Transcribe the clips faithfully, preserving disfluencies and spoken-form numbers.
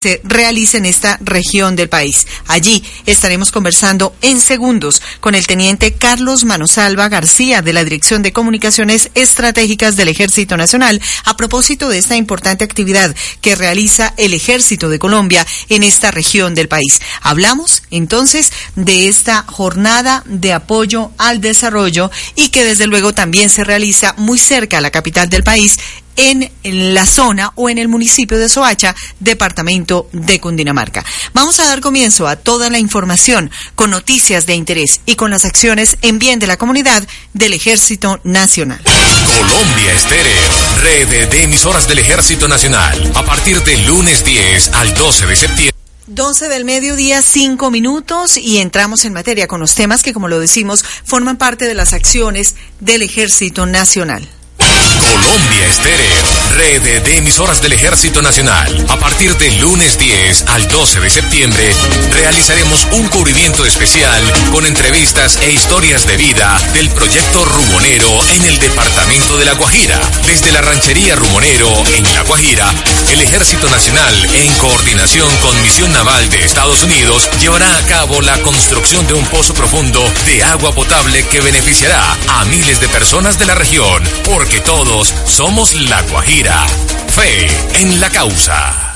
se realiza en esta región del país. Allí estaremos conversando en segundos con el teniente Carlos Manosalva García de la Dirección de Comunicaciones Estratégicas del Ejército Nacional a propósito de esta importante actividad que realiza el Ejército de Colombia en esta región del país. Hablamos entonces de esta jornada de apoyo al desarrollo y que desde luego también se realiza muy cerca a la capital del país, en la zona o en el municipio de Soacha, departamento de Cundinamarca. Vamos a dar comienzo a toda la información con noticias de interés y con las acciones en bien de la comunidad del Ejército Nacional. Colombia Estéreo, red de emisoras del Ejército Nacional, a partir del lunes diez al doce de septiembre. doce del mediodía, cinco minutos, y entramos en materia con los temas que, como lo decimos, forman parte de las acciones del Ejército Nacional. Colombia Estéreo, red de emisoras del Ejército Nacional. A partir del lunes diez al doce de septiembre, realizaremos un cubrimiento especial con entrevistas e historias de vida del proyecto Rumonero en el departamento de La Guajira. Desde la ranchería Rumonero en La Guajira, el Ejército Nacional, en coordinación con Misión Naval de Estados Unidos, llevará a cabo la construcción de un pozo profundo de agua potable que beneficiará a miles de personas de la región, porque todos somos La Guajira. Fe en la causa.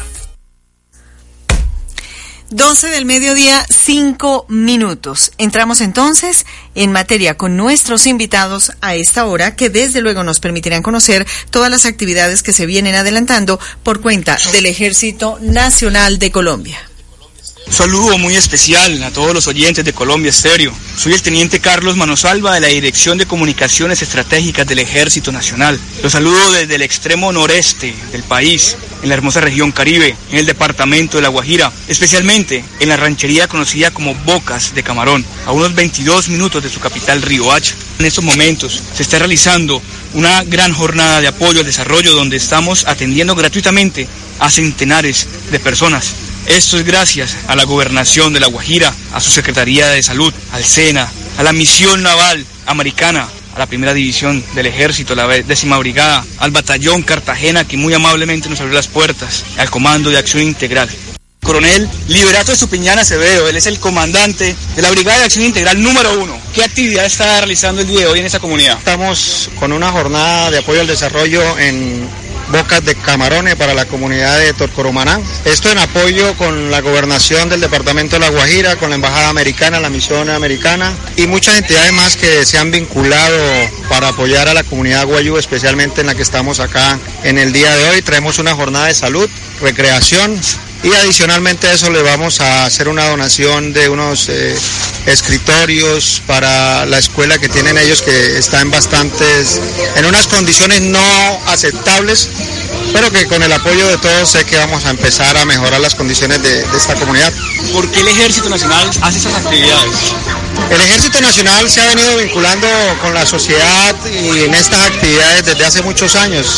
doce del mediodía, cinco minutos. Entramos entonces en materia con nuestros invitados a esta hora, que desde luego nos permitirán conocer todas las actividades que se vienen adelantando por cuenta del Ejército Nacional de Colombia. Un saludo muy especial a todos los oyentes de Colombia Estéreo. Soy el teniente Carlos Manosalva de la Dirección de Comunicaciones Estratégicas del Ejército Nacional. Los saludo desde el extremo noreste del país, en la hermosa región Caribe, en el departamento de La Guajira, especialmente en la ranchería conocida como Bocas de Camarón, a unos veintidós minutos de su capital Riohacha. En estos momentos se está realizando una gran jornada de apoyo al desarrollo donde estamos atendiendo gratuitamente a centenares de personas. Esto es gracias a la Gobernación de La Guajira, a su Secretaría de Salud, al SENA, a la Misión Naval Americana, a la Primera División del Ejército, la décima Brigada, al Batallón Cartagena, que muy amablemente nos abrió las puertas, al Comando de Acción Integral. Coronel Liberato Estupiñán Acevedo, él es el comandante de la Brigada de Acción Integral número uno. ¿Qué actividad está realizando el día de hoy en esta comunidad? Estamos con una jornada de apoyo al desarrollo en Bocas de Camarones para la comunidad de Torcoromaná. Esto en apoyo con la gobernación del departamento de La Guajira, con la embajada americana, la misión americana y muchas entidades más que se han vinculado para apoyar a la comunidad guayú, especialmente en la que estamos acá en el día de hoy. Traemos una jornada de salud, recreación, y adicionalmente a eso le vamos a hacer una donación de unos eh, escritorios para la escuela que tienen ellos, que está en bastantes, en unas condiciones no aceptables, pero que con el apoyo de todos sé que vamos a empezar a mejorar las condiciones de, de esta comunidad. ¿Por qué el Ejército Nacional hace estas actividades? El Ejército Nacional se ha venido vinculando con la sociedad y en estas actividades desde hace muchos años,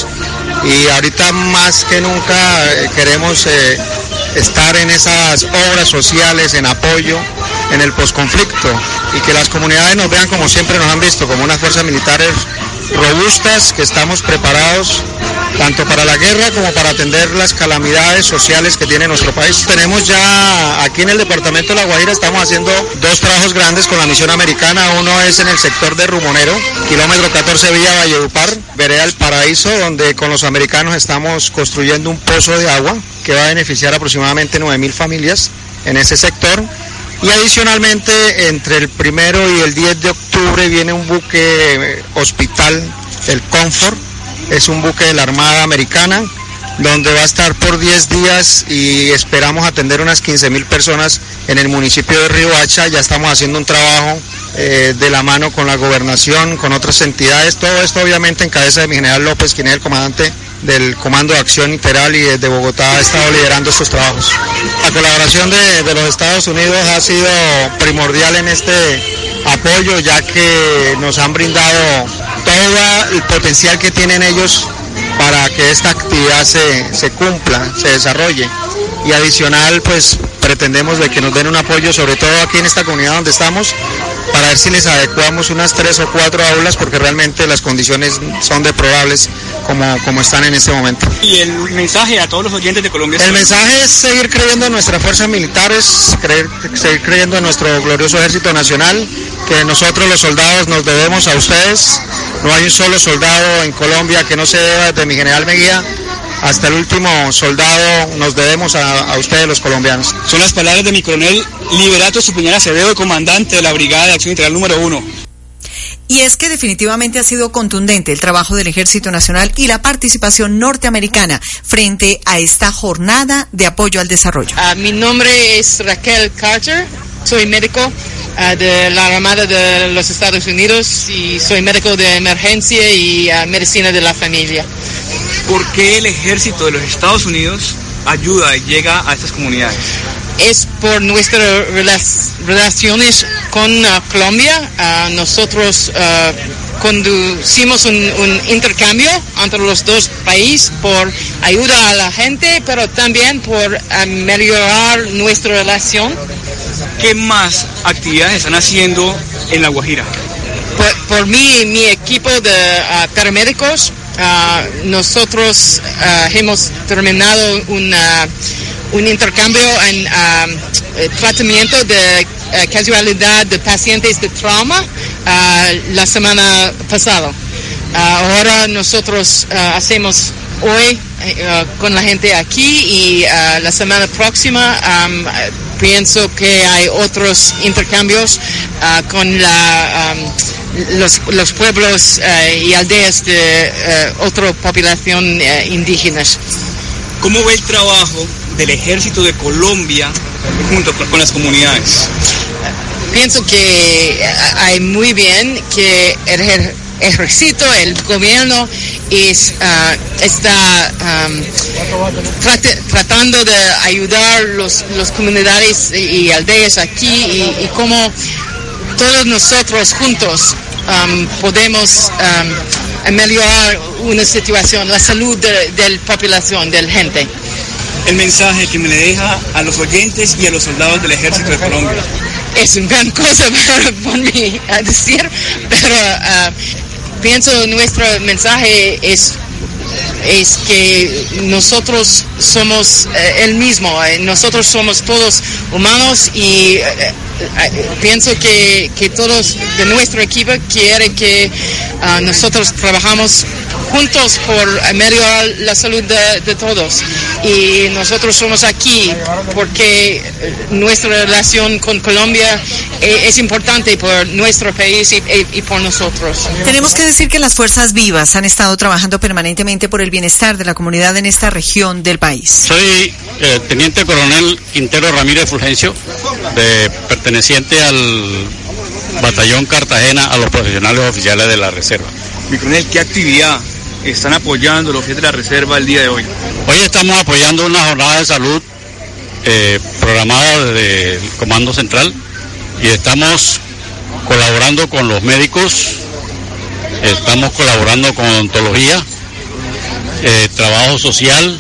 y ahorita más que nunca eh, queremos eh, estar en esas obras sociales, en apoyo, en el posconflicto, y que las comunidades nos vean como siempre nos han visto, como unas fuerzas militares robustas, que estamos preparados tanto para la guerra como para atender las calamidades sociales que tiene nuestro país. Tenemos ya aquí en el departamento de La Guajira, estamos haciendo dos trabajos grandes con la misión americana. Uno es en el sector de Rumonero, kilómetro catorce Villa Valledupar, vereda El Paraíso, donde con los americanos estamos construyendo un pozo de agua que va a beneficiar aproximadamente nueve mil familias en ese sector. Y adicionalmente, entre el primero y el diez de octubre viene un buque hospital, el Comfort, es un buque de la Armada Americana, donde va a estar por diez días y esperamos atender unas quince mil personas en el municipio de Riohacha. Ya estamos haciendo un trabajo eh, de la mano con la gobernación, con otras entidades, todo esto obviamente en cabeza de mi general López, quien es el comandante del Comando de Acción Integral y desde Bogotá ha estado liderando estos trabajos. La colaboración de, de los Estados Unidos ha sido primordial en este apoyo, ya que nos han brindado todo el potencial que tienen ellos para que esta actividad se, se cumpla, se desarrolle. Y adicional, pues pretendemos de que nos den un apoyo, sobre todo aquí en esta comunidad donde estamos, para ver si les adecuamos unas tres o cuatro aulas, porque realmente las condiciones son deplorables como, como están en este momento. Y el mensaje a todos los oyentes de Colombia. El mensaje es seguir creyendo en nuestras fuerzas militares, creer, seguir creyendo en nuestro glorioso Ejército Nacional, que nosotros los soldados nos debemos a ustedes. No hay un solo soldado en Colombia que no se deba, desde mi general Mejía hasta el último soldado, nos debemos a, a ustedes los colombianos. Son las palabras de mi coronel Liberato Estupiñán Acevedo, comandante de la Brigada de Acción Integral número uno. Y es que definitivamente ha sido contundente el trabajo del Ejército Nacional y la participación norteamericana frente a esta jornada de apoyo al desarrollo. Uh, mi nombre es Raquel Carter, soy médico uh, de la Armada de los Estados Unidos y soy médico de emergencia y uh, medicina de la familia. ¿Por qué el Ejército de los Estados Unidos ayuda y llega a estas comunidades? Es por nuestras relaciones con uh, Colombia. Uh, nosotros uh, conducimos un, un intercambio entre los dos países por ayuda a la gente, pero también por uh, mejorar nuestra relación. ¿Qué más actividades están haciendo en La Guajira? Por, por mí y mi equipo de uh, paramédicos, uh, nosotros uh, hemos terminado una... un intercambio en uh, tratamiento de uh, casualidad de pacientes de trauma uh, la semana pasada. Uh, ahora nosotros uh, hacemos hoy uh, con la gente aquí y uh, la semana próxima um, pienso que hay otros intercambios uh, con la, um, los, los pueblos uh, y aldeas de uh, otra población uh, indígenas. ¿Cómo ve el trabajo del Ejército de Colombia junto con las comunidades? Pienso que hay muy bien que el ejército, el gobierno es, uh, está um, trat tratando de ayudar los, los comunidades y aldeas aquí y, y cómo todos nosotros juntos um, podemos um, mejorar una situación, la salud de, de la población, de la gente. El mensaje que me le deja a los oyentes y a los soldados del Ejército de Colombia. Es una gran cosa para, para mí a decir, pero uh, pienso nuestro mensaje es, es que nosotros somos uh, el mismo, uh, nosotros somos todos humanos y uh, uh, pienso que, que todos de nuestro equipo quieren que uh, nosotros trabajamos juntos por mejorar la salud de, de todos y nosotros somos aquí porque nuestra relación con Colombia es importante por nuestro país y, y por nosotros. Tenemos que decir que las fuerzas vivas han estado trabajando permanentemente por el bienestar de la comunidad en esta región del país. Soy eh, Teniente Coronel Quintero Ramírez Fulgencio, de, perteneciente al Batallón Cartagena, a los profesionales oficiales de la Reserva. Mi coronel, ¿qué actividad están apoyando los oficiales de la Reserva el día de hoy? Hoy estamos apoyando una jornada de salud eh, programada desde el Comando Central y estamos colaborando con los médicos, estamos colaborando con odontología, eh, trabajo social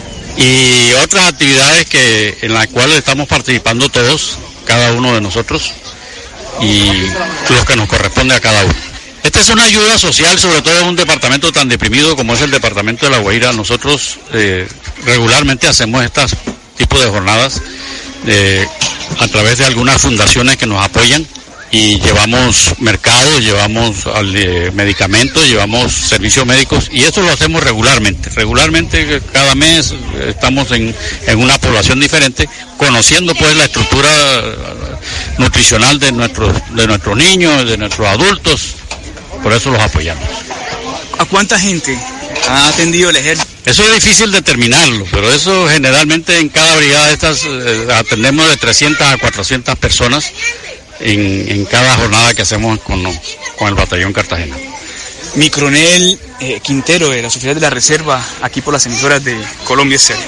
y otras actividades que en las cuales estamos participando todos, cada uno de nosotros y los que nos corresponde a cada uno. Esta es una ayuda social, sobre todo en un departamento tan deprimido como es el departamento de La Guajira. Nosotros eh, regularmente hacemos estos tipos de jornadas eh, a través de algunas fundaciones que nos apoyan y llevamos mercados, llevamos eh, medicamentos, llevamos servicios médicos y esto lo hacemos regularmente. Regularmente cada mes estamos en, en una población diferente, conociendo pues la estructura nutricional de nuestros, de nuestros niños, de nuestros adultos. Por eso los apoyamos. ¿A cuánta gente ha atendido el ejército? Eso es difícil determinarlo, pero eso generalmente en cada brigada de estas eh, atendemos de trescientas a cuatrocientas personas en, en cada jornada que hacemos con, con el Batallón Cartagena. Mi coronel eh, Quintero, de los oficiales de la Reserva, aquí por las emisoras de Colombia Estéreo.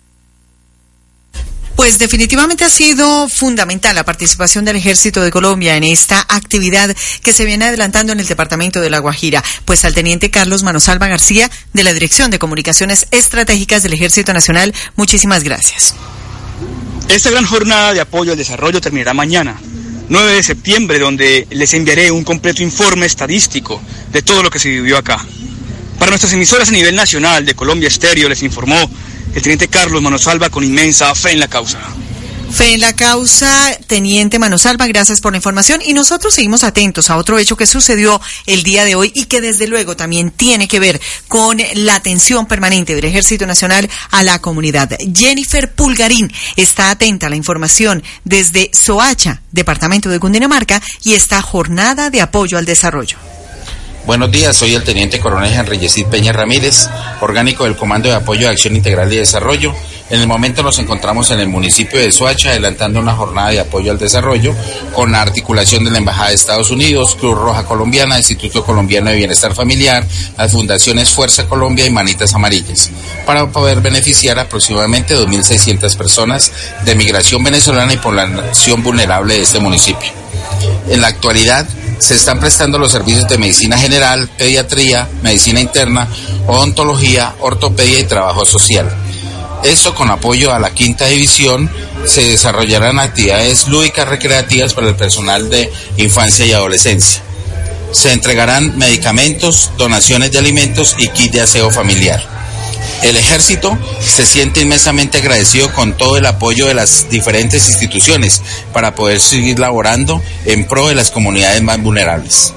Pues definitivamente ha sido fundamental la participación del Ejército de Colombia en esta actividad que se viene adelantando en el departamento de La Guajira. Pues al teniente Carlos Manosalva García, de la Dirección de Comunicaciones Estratégicas del Ejército Nacional, muchísimas gracias. Esta gran jornada de apoyo al desarrollo terminará mañana, nueve de septiembre, donde les enviaré un completo informe estadístico de todo lo que se vivió acá. Para nuestras emisoras a nivel nacional de Colombia Estéreo les informó el teniente Carlos Manosalva con inmensa fe en la causa. Fe en la causa, teniente Manosalva, gracias por la información y nosotros seguimos atentos a otro hecho que sucedió el día de hoy y que desde luego también tiene que ver con la atención permanente del Ejército Nacional a la comunidad. Jennifer Pulgarín está atenta a la información desde Soacha, departamento de Cundinamarca, y esta jornada de apoyo al desarrollo. Buenos días, soy el teniente coronel Henry Yesid Peña Ramírez, orgánico del Comando de Apoyo de Acción Integral y Desarrollo. En el momento nos encontramos en el municipio de Soacha adelantando una jornada de apoyo al desarrollo con la articulación de la Embajada de Estados Unidos, Cruz Roja Colombiana, Instituto Colombiano de Bienestar Familiar, las fundaciones Fuerza Colombia y Manitas Amarillas, para poder beneficiar aproximadamente dos mil seiscientas personas de migración venezolana y población vulnerable de este municipio. En la actualidad se están prestando los servicios de medicina general, pediatría, medicina interna, odontología, ortopedia y trabajo social. Esto con apoyo a la quinta división. Se desarrollarán actividades lúdicas recreativas para el personal de infancia y adolescencia. Se entregarán medicamentos, donaciones de alimentos y kit de aseo familiar. El Ejército se siente inmensamente agradecido con todo el apoyo de las diferentes instituciones para poder seguir laborando en pro de las comunidades más vulnerables.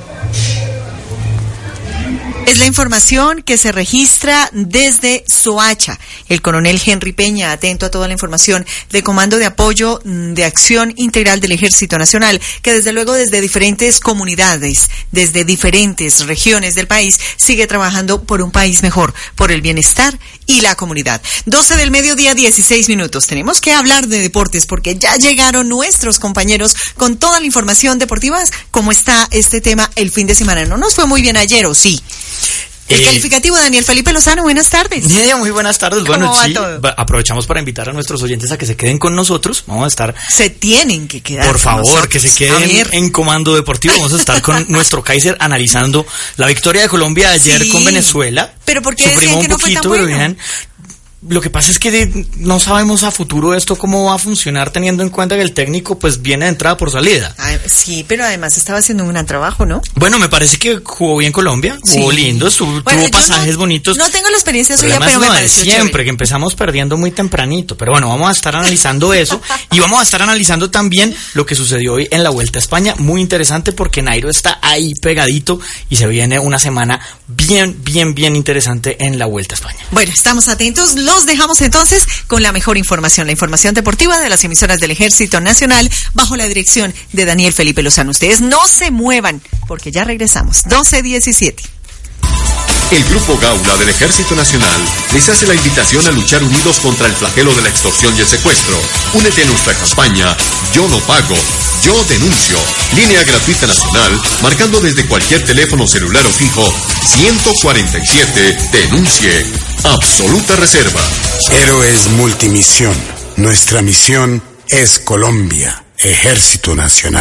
Es la información que se registra desde Soacha. El coronel Henry Peña, atento a toda la información del Comando de Apoyo de Acción Integral del Ejército Nacional, que desde luego desde diferentes comunidades, desde diferentes regiones del país, sigue trabajando por un país mejor, por el bienestar y la comunidad. doce del mediodía, dieciséis minutos. Tenemos que hablar de deportes porque ya llegaron nuestros compañeros con toda la información deportiva. ¿Cómo está este tema el fin de semana? ¿No nos fue muy bien ayer o sí? El eh, calificativo de Daniel Felipe Lozano, buenas tardes. Nidia, muy buenas tardes. Bueno, ¿Cómo va sí, todo? Aprovechamos para invitar a nuestros oyentes a que se queden con nosotros. Vamos a estar... Se tienen que quedar Por favor, nosotros. que se queden en Comando Deportivo. Vamos a estar con nuestro Kaiser analizando la victoria de Colombia ayer sí, con Venezuela. Pero ¿por qué decían que no fue tan bueno? Pero bien, lo que pasa es que no sabemos a futuro esto cómo va a funcionar, teniendo en cuenta que el técnico pues viene de entrada por salida. Ay, sí, pero además estaba haciendo un gran trabajo, ¿no? Bueno, me parece que jugó bien Colombia, jugó sí. lindo, tuvo, bueno, tuvo pasajes no, bonitos. No tengo la experiencia suya, pero no, me pareció siempre chévere. Que empezamos perdiendo muy tempranito, pero bueno, vamos a estar analizando eso y vamos a estar analizando también lo que sucedió hoy en la Vuelta a España, muy interesante porque Nairo está ahí pegadito y se viene una semana bien, bien, bien interesante en la Vuelta a España. Bueno, estamos atentos, los dejamos entonces con la mejor información, la información deportiva de las emisoras del Ejército Nacional bajo la dirección de Daniel Felipe Lozano. Ustedes no se muevan porque ya regresamos. doce diecisiete. El Grupo Gaula del Ejército Nacional les hace la invitación a luchar unidos contra el flagelo de la extorsión y el secuestro. Únete a nuestra campaña Yo no pago, yo denuncio. Línea gratuita nacional, marcando desde cualquier teléfono celular o fijo ciento cuarenta y siete, denuncie. Absoluta reserva. Héroes Multimisión. Nuestra misión es Colombia, Ejército Nacional.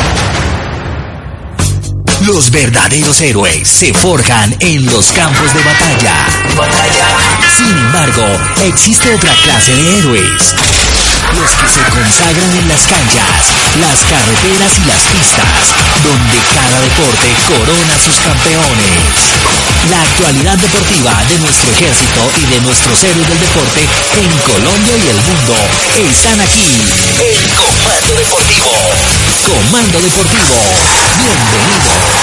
Los verdaderos héroes se forjan en los campos de batalla. Batalla. Sin embargo, existe otra clase de héroes. Los que se consagran en las canchas, las carreteras y las pistas, donde cada deporte corona sus campeones. La actualidad deportiva de nuestro ejército y de nuestros héroes del deporte en Colombia y el mundo están aquí en Comando Deportivo. Comando Deportivo. Bienvenidos.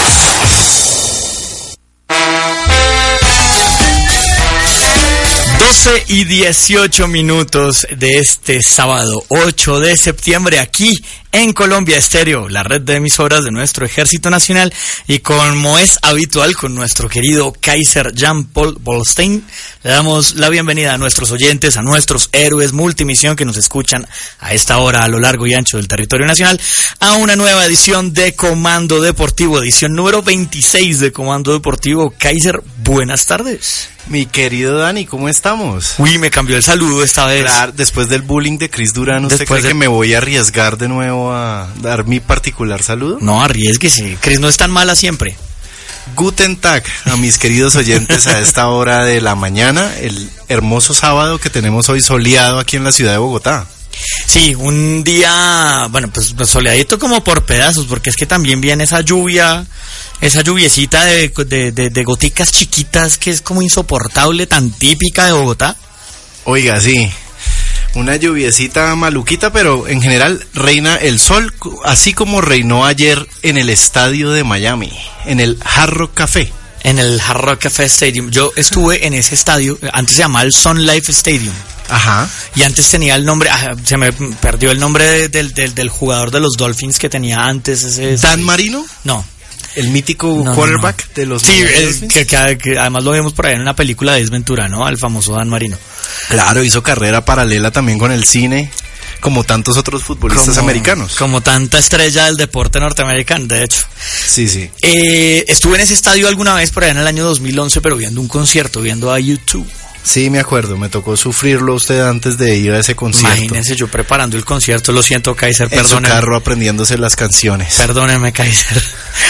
doce y dieciocho minutos de este sábado ocho de septiembre aquí en Colombia Estéreo, la red de emisoras de nuestro Ejército Nacional, y como es habitual con nuestro querido Kaiser Jean-Paul Bolstein, le damos la bienvenida a nuestros oyentes, a nuestros héroes multimisión que nos escuchan a esta hora a lo largo y ancho del territorio nacional, a una nueva edición de Comando Deportivo, edición número veintiséis de Comando Deportivo. Kaiser, buenas tardes. Mi querido Dani, ¿cómo estamos? Uy, me cambió el saludo esta vez. Claro, después del bullying de Chris Durán, ¿usted después cree de... que me voy a arriesgar de nuevo a dar mi particular saludo? No, arriesguese, Chris no es tan mala siempre. Guten Tag a mis queridos oyentes a esta hora de la mañana, el hermoso sábado que tenemos hoy soleado aquí en la ciudad de Bogotá. Sí, un día, bueno, pues soleadito como por pedazos, porque es que también viene esa lluvia Esa lluviecita de, de, de, de goticas chiquitas que es como insoportable, tan típica de Bogotá. Oiga, sí. Una lluviecita maluquita, pero en general reina el sol, así como reinó ayer en el estadio de Miami, en el Hard Rock Café. En el Hard Rock Café Stadium. Yo estuve en ese estadio, antes se llamaba el Sun Life Stadium. Ajá. Y antes tenía el nombre, ah, se me perdió el nombre de, del, del, del jugador de los Dolphins que tenía antes. Ese, ese. ¿Dan Marino? No. El mítico no, quarterback no, no. de los sí, el, que, que, que además lo vimos por ahí en una película de Desventura, ¿no? Al famoso Dan Marino. Claro, hizo carrera paralela también con el cine, como tantos otros futbolistas como, americanos. Como tanta estrella del deporte norteamericano, de hecho. Sí, sí. Eh, estuve en ese estadio alguna vez por allá en el año dos mil once, pero viendo un concierto, viendo a YouTube. Sí, me acuerdo, me tocó sufrirlo usted antes de ir a ese concierto. Imagínense yo preparando el concierto, lo siento, Kaiser, perdóneme. En su carro aprendiéndose las canciones. Perdóneme, Kaiser.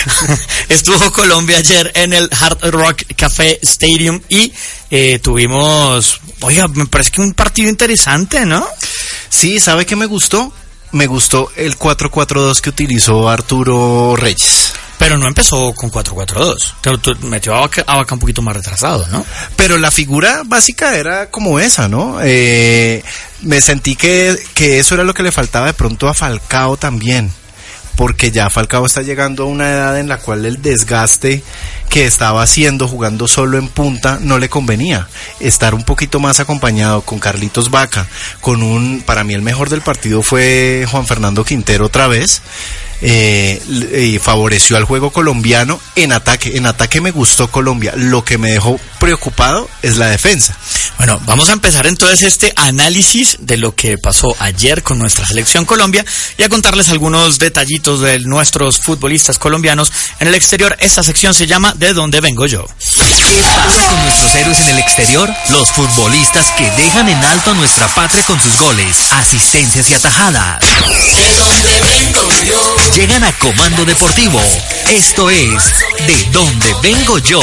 Estuvo Colombia ayer en el Hard Rock Café Stadium y eh, tuvimos, oiga, me parece que un partido interesante, ¿no? Sí, ¿sabe qué me gustó? Me gustó el cuatro cuatro dos que utilizó Arturo Reyes. Pero no empezó con cuatro cuatro dos, metió a Vaca, a Vaca un poquito más retrasado, ¿no? Pero la figura básica era como esa, ¿no? Eh, me sentí que, que eso era lo que le faltaba de pronto a Falcao también, porque ya Falcao está llegando a una edad en la cual el desgaste que estaba haciendo jugando solo en punta no le convenía. Estar un poquito más acompañado con Carlitos Vaca, con un, para mí el mejor del partido fue Juan Fernando Quintero otra vez, eh, y favoreció al juego colombiano en ataque. En ataque me gustó Colombia, lo que me dejó preocupado es la defensa. Bueno, vamos a empezar entonces este análisis de lo que pasó ayer con nuestra selección Colombia y a contarles algunos detallitos de nuestros futbolistas colombianos en el exterior. Esta sección se llama ¿De dónde vengo yo? ¿Qué pasa con nuestros héroes en el exterior? Los futbolistas que dejan en alto a nuestra patria con sus goles, asistencias y atajadas. ¿De dónde vengo yo? Llegan a Comando Deportivo. Esto es ¿De dónde vengo yo?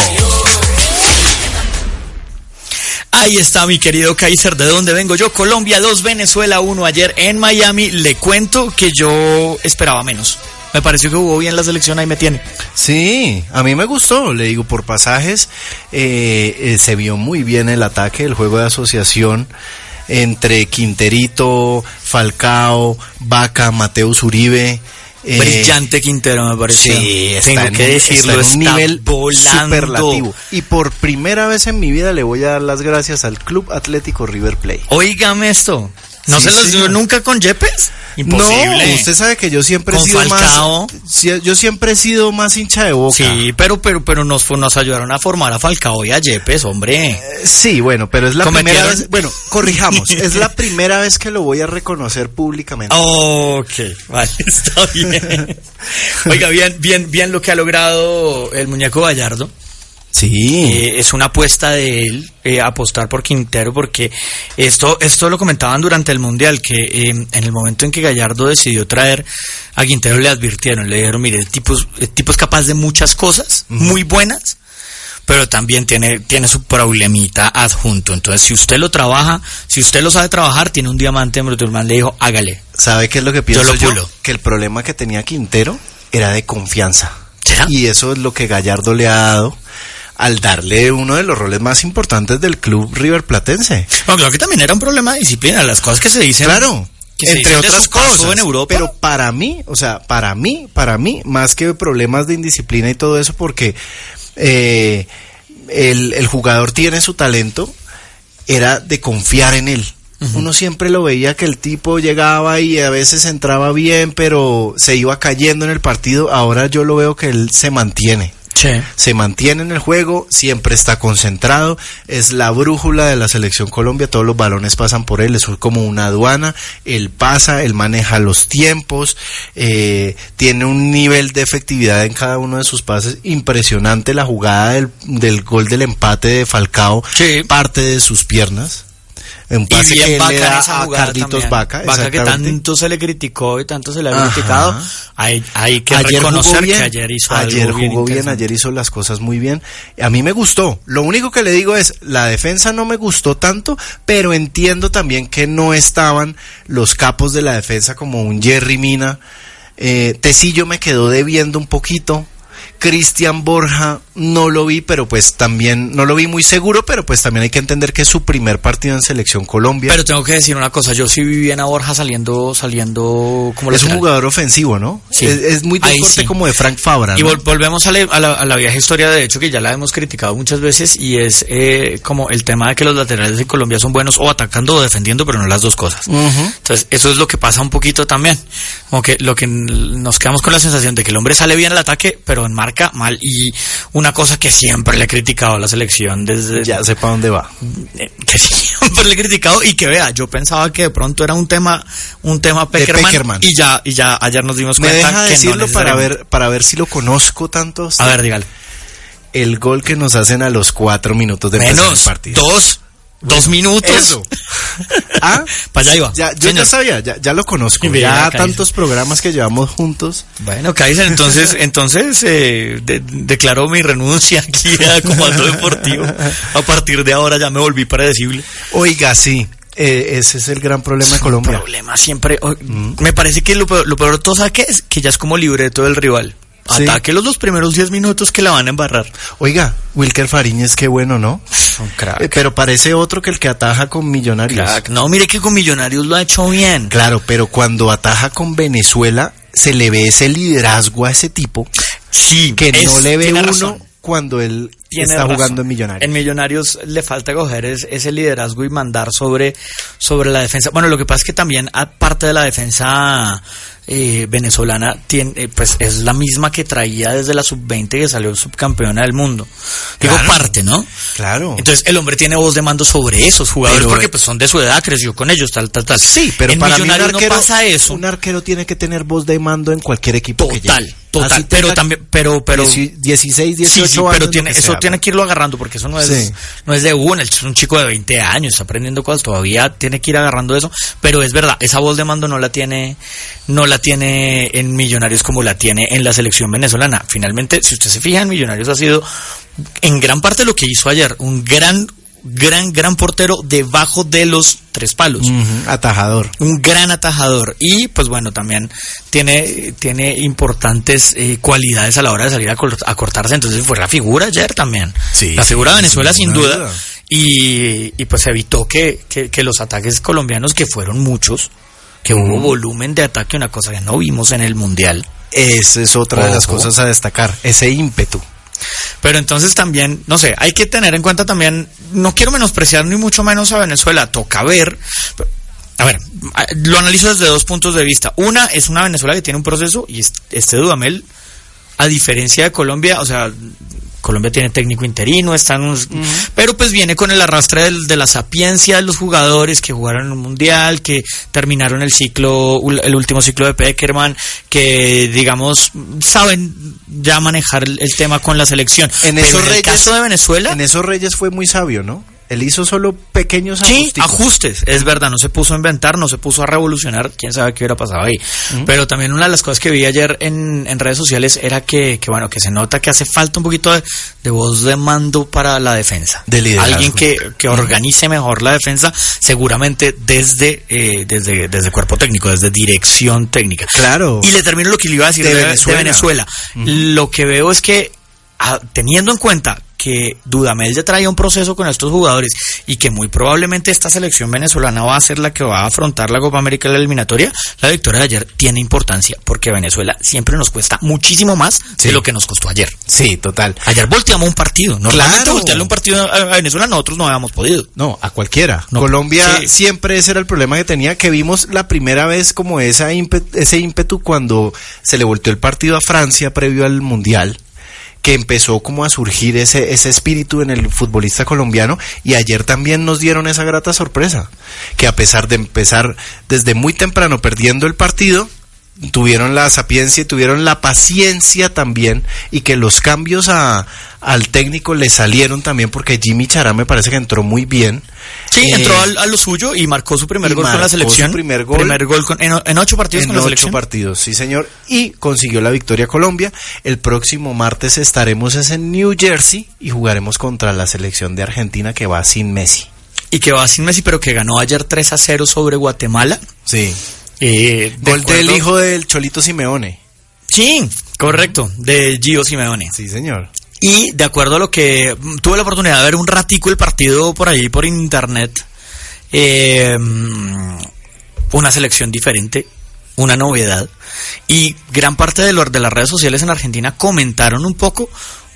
Ahí está mi querido Kaiser, ¿de dónde vengo yo? Colombia dos, Venezuela uno ayer en Miami. Le cuento que yo esperaba menos. Me pareció que jugó bien la selección, ahí me tiene. Sí, a mí me gustó, le digo, por pasajes, eh, eh, se vio muy bien el ataque, el juego de asociación entre Quinterito, Falcao, Vaca, Mateus Uribe. Eh, Brillante Quintero, me pareció. Sí, está Tengo en, que decirlo, está en un está nivel volando. Superlativo. Y por primera vez en mi vida le voy a dar las gracias al Club Atlético River Plate. Óigame esto. ¿No sí, se los dio nunca con Yepes? Imposible. No, usted sabe que yo siempre he sido Falcao. más yo siempre he sido más hincha de Boca. Sí, pero pero pero nos nos ayudaron a formar a Falcao y a Yepes, hombre. Eh, sí, bueno, pero es la primera vez, bueno, corrijamos, es la primera vez que lo voy a reconocer públicamente. Ok, vale, está bien. Oiga, bien bien bien lo que ha logrado el muñeco Gallardo. Sí. Eh, es una apuesta de él, eh, apostar por Quintero, porque esto esto lo comentaban durante el Mundial, que eh, en el momento en que Gallardo decidió traer a Quintero le advirtieron, le dijeron, mire, el tipo, el tipo es capaz de muchas cosas, uh-huh. muy buenas, pero también tiene, tiene su problemita adjunto. Entonces, si usted lo trabaja, si usted lo sabe trabajar, tiene un diamante en Bruturman, le dijo, hágale. ¿Sabe qué es lo que pienso yo? Lo yo? pulo. Que el problema que tenía Quintero era de confianza. ¿Será? Y eso es lo que Gallardo le ha dado al darle uno de los roles más importantes del club River Platense. Bueno, claro que también era un problema de disciplina, las cosas que se dicen. Claro, que se entre dicen otras cosas. En Europa. Pero para mí, o sea, para mí, para mí, más que problemas de indisciplina y todo eso, porque eh, el, el jugador tiene su talento, era de confiar en él. Uh-huh. Uno siempre lo veía que el tipo llegaba y a veces entraba bien, pero se iba cayendo en el partido. Ahora yo lo veo que él se mantiene. Sí. Se mantiene en el juego, siempre está concentrado, es la brújula de la selección Colombia, todos los balones pasan por él, es como una aduana, él pasa, él maneja los tiempos, eh, tiene un nivel de efectividad en cada uno de sus pases impresionante. La jugada del, del gol del empate de Falcao, sí. parte de sus piernas. Un pase y bien que Vaca le da esa a Carlitos Vaca, Vaca que tanto se le criticó y tanto se le ha Ajá. criticado, hay, hay que ayer reconocer bien, que ayer hizo ayer algo jugó bien, bien, ayer hizo las cosas muy bien. A mí me gustó. Lo único que le digo es, la defensa no me gustó tanto, pero entiendo también que no estaban los capos de la defensa como un Jerry Mina. Eh, Tecillo me quedó debiendo un poquito. Cristian Borja no lo vi, pero pues también, no lo vi muy seguro, pero pues también hay que entender que es su primer partido en Selección Colombia. Pero tengo que decir una cosa, yo sí vi bien a Borja saliendo, saliendo como es lateral. Un jugador ofensivo, ¿no? Sí. Es, es muy del corte sí. como de Frank Fabra, ¿no? Y vol- volvemos a la, a, la, a la vieja historia, de hecho, que ya la hemos criticado muchas veces, y es eh, como el tema de que los laterales de Colombia son buenos o atacando o defendiendo, pero no las dos cosas. Uh-huh. Entonces, eso es lo que pasa un poquito también. Como que lo que nos quedamos con la sensación de que el hombre sale bien al ataque, pero enmarca mal. Y una cosa que siempre le he criticado a la selección desde... Ya sepa dónde va. Que siempre le he criticado, y que vea, yo pensaba que de pronto era un tema un tema Peckerman, Peckerman. y ya y ya ayer nos dimos Me cuenta deja que decirlo no para ver para ver si lo conozco tanto. A ver, dígale. El gol que nos hacen a los cuatro minutos de empezar el partido. Dos. Dos minutos. Eso. Ah, para allá iba. Ya, yo Señor. ya sabía, ya, ya lo conozco. Bien, ya acá tantos dice. programas que llevamos juntos. Bueno, Kaiser, entonces, entonces eh, de, declaro mi renuncia aquí a Comando Deportivo. A partir de ahora ya me volví predecible. Oiga, sí. Eh, ese es el gran problema de Colombia. El problema siempre. Oh, mm. Me parece que lo peor, lo peor de todo, ¿sabe qué es? Que ya es como libreto del rival. ¿Sí? Ataque los dos primeros diez minutos que la van a embarrar. Oiga, Wilker Fariñez, qué bueno, ¿no? Un crack. Eh, pero parece otro que el que ataja con Millonarios. Crack. No, mire que con Millonarios lo ha hecho bien. Claro, pero cuando ataja con Venezuela, se le ve ese liderazgo a ese tipo. Sí, que es, no le ve uno razón. Cuando él Tiene está razón. jugando en Millonarios. En Millonarios le falta coger es, ese liderazgo y mandar sobre, sobre la defensa. Bueno, lo que pasa es que también aparte de la defensa eh, venezolana, tiene, eh, pues es la misma que traía desde la sub veinte que salió subcampeona del mundo. Digo, Claro. parte, ¿no? Claro. Entonces el hombre tiene voz de mando sobre esos jugadores, Pero, porque pues son de su edad, creció con ellos, tal, tal, tal. Sí, pero en para mí un Millonarios arquero, no pasa eso. un arquero tiene que tener voz de mando en cualquier equipo que Total, llegue. total, Así pero tenga también, pero, pero, dieciséis, dieciocho sí, sí, años. pero tiene, lo que eso sea, tiene ¿no? que irlo agarrando, porque eso no es, Sí. no es de una, es un chico de veinte años, está aprendiendo cosas, todavía tiene que ir agarrando eso, pero es verdad, esa voz de mando no la tiene, no la tiene en Millonarios como la tiene en la selección venezolana. Finalmente, si usted se fija, en Millonarios ha sido, en gran parte lo que hizo ayer, un gran, gran, gran portero debajo de los tres palos. Uh-huh, atajador. Un gran atajador. Y pues bueno, también tiene, tiene importantes eh, cualidades a la hora de salir a, cort- a cortarse. Entonces fue la figura ayer también. Sí, la figura sí, de Venezuela sin duda. duda. Y, y pues evitó que, que, que los ataques colombianos, que fueron muchos, que Uh-huh. hubo volumen de ataque, una cosa que no vimos en el Mundial. Esa es otra Ojo. de las cosas a destacar, ese ímpetu. Pero entonces también, no sé, hay que tener en cuenta también, no quiero menospreciar ni mucho menos a Venezuela, toca ver, a ver, lo analizo desde dos puntos de vista. Una, es una Venezuela que tiene un proceso, y este Dudamel, a diferencia de Colombia, o sea, Colombia tiene técnico interino, están unos, uh-huh. pero pues viene con el arrastre del, de la sapiencia de los jugadores que jugaron en un mundial, que terminaron el ciclo, el último ciclo de Peckerman, que digamos saben ya manejar el, el tema con la selección. En pero esos en Reyes, el caso de Venezuela, en esos Reyes fue muy sabio, ¿no? Él hizo solo pequeños sí, ajusticos. ajustes, es verdad, no se puso a inventar, no se puso a revolucionar, quién sabe qué hubiera pasado ahí. Uh-huh. Pero también una de las cosas que vi ayer en, en redes sociales era que, que, bueno, que se nota que hace falta un poquito de, de voz de mando para la defensa. De liderazgo. Alguien que, que organice mejor la defensa, seguramente desde, eh, desde, desde cuerpo técnico, desde dirección técnica. Claro. Y le termino lo que le iba a decir de, de Venezuela. De Venezuela. Uh-huh. Lo que veo es que, a, teniendo en cuenta que Dudamel ya traía un proceso con estos jugadores y que muy probablemente esta selección venezolana va a ser la que va a afrontar la Copa América en la eliminatoria, la victoria de ayer tiene importancia, porque Venezuela siempre nos cuesta muchísimo más sí. de lo que nos costó ayer. Sí, total. Ayer volteamos un partido, normalmente claro. voltearle un partido a Venezuela nosotros no habíamos podido. No, a cualquiera. No. Colombia Sí. siempre ese era el problema que tenía, que vimos la primera vez como esa ímpetu, ese ímpetu cuando se le volteó el partido a Francia previo al Mundial, que empezó como a surgir ese, ese espíritu en el futbolista colombiano, y ayer también nos dieron esa grata sorpresa, que a pesar de empezar desde muy temprano perdiendo el partido, tuvieron la sapiencia y tuvieron la paciencia también, y que los cambios a, al técnico le salieron también, porque Jimmy Chará me parece que entró muy bien. Sí, eh, entró a, a lo suyo y marcó su primer gol con la selección. Su primer gol, primer gol con, en, en ocho partidos en con la ocho selección. partidos, sí señor, y consiguió la victoria Colombia. El próximo martes estaremos en New Jersey y jugaremos contra la selección de Argentina, que va sin Messi. Y que va sin Messi, pero que ganó ayer tres a cero sobre Guatemala. Sí. Eh, Gol de del hijo del Cholito Simeone. Sí, Correcto, de Gio Simeone. Sí, señor. Y de acuerdo a lo que tuve la oportunidad de ver un ratico el partido por ahí por internet, eh, una selección diferente, una novedad, y gran parte de, los, de las redes sociales en Argentina comentaron un poco,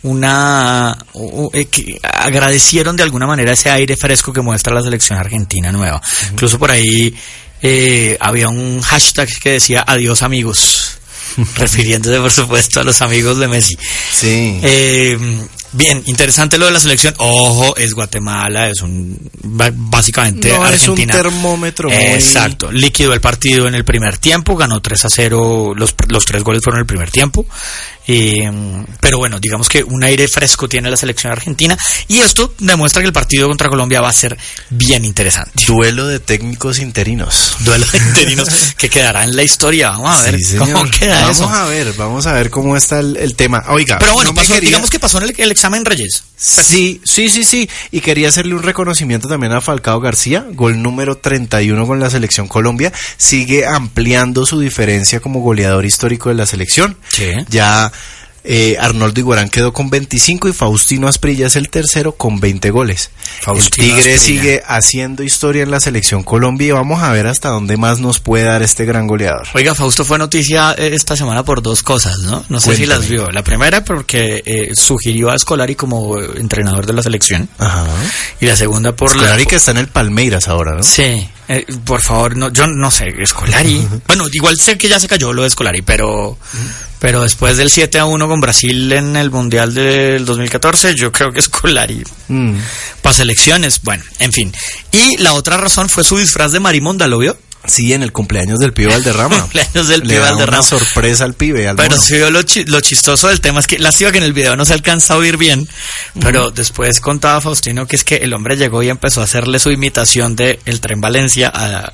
una uh, eh, que agradecieron de alguna manera ese aire fresco que muestra la selección argentina nueva. Uh-huh. Incluso por ahí eh, había un hashtag que decía adiós amigos, refiriéndose por supuesto a los amigos de Messi. Sí. Eh, bien, interesante lo de la selección. Ojo, es Guatemala, es un básicamente no, Argentina. Es un termómetro muy... Exacto, liquidó el partido en el primer tiempo, ganó tres a cero, los, los tres goles fueron en el primer tiempo. Eh, pero bueno, digamos que un aire fresco tiene la selección argentina y esto demuestra que el partido contra Colombia va a ser bien interesante. Duelo de técnicos interinos. Duelo de interinos que quedará en la historia. Vamos a ver sí, cómo queda vamos eso. Vamos a ver, vamos a ver cómo está el, el tema. Oiga, pero bueno, no pasó, quería... digamos que pasó en el, el examen Reyes. Pues. Sí, sí, sí, sí. Y quería hacerle un reconocimiento también a Falcao García, gol número treinta y uno con la selección Colombia. Sigue ampliando su diferencia como goleador histórico de la selección. Sí. Ya eh, Arnoldo Iguarán quedó con veinticinco y Faustino Asprilla es el tercero con veinte goles. Faustino el Tigre Asprilla sigue haciendo historia en la selección Colombia y vamos a ver hasta dónde más nos puede dar este gran goleador. Oiga, Fausto fue noticia esta semana por dos cosas, ¿no? No sé Cuéntame. si las vio. La primera porque eh, sugirió a Scolari como entrenador de la selección. Ajá. Y la segunda por Scolari la... que está en el Palmeiras ahora, ¿no? Sí. Eh, por favor, no, yo no sé, Scolari. Uh-huh. Bueno, igual sé que ya se cayó lo de Scolari, pero... Uh-huh. Pero después del siete a uno con Brasil en el Mundial del dos mil catorce, yo creo que Scolari mm. para selecciones, bueno, en fin. Y la otra razón fue su disfraz de Marimonda, ¿lo vio? Sí, en el cumpleaños del pibe Valderrama. cumpleaños del pibe Le da Valderrama. Una sorpresa al pibe, al Pero mono. sí, lo, chi- lo chistoso del tema es que, lástima que en el video no se alcanza a oír bien, uh-huh. pero después contaba Faustino que es que el hombre llegó y empezó a hacerle su imitación de el Tren Valencia a...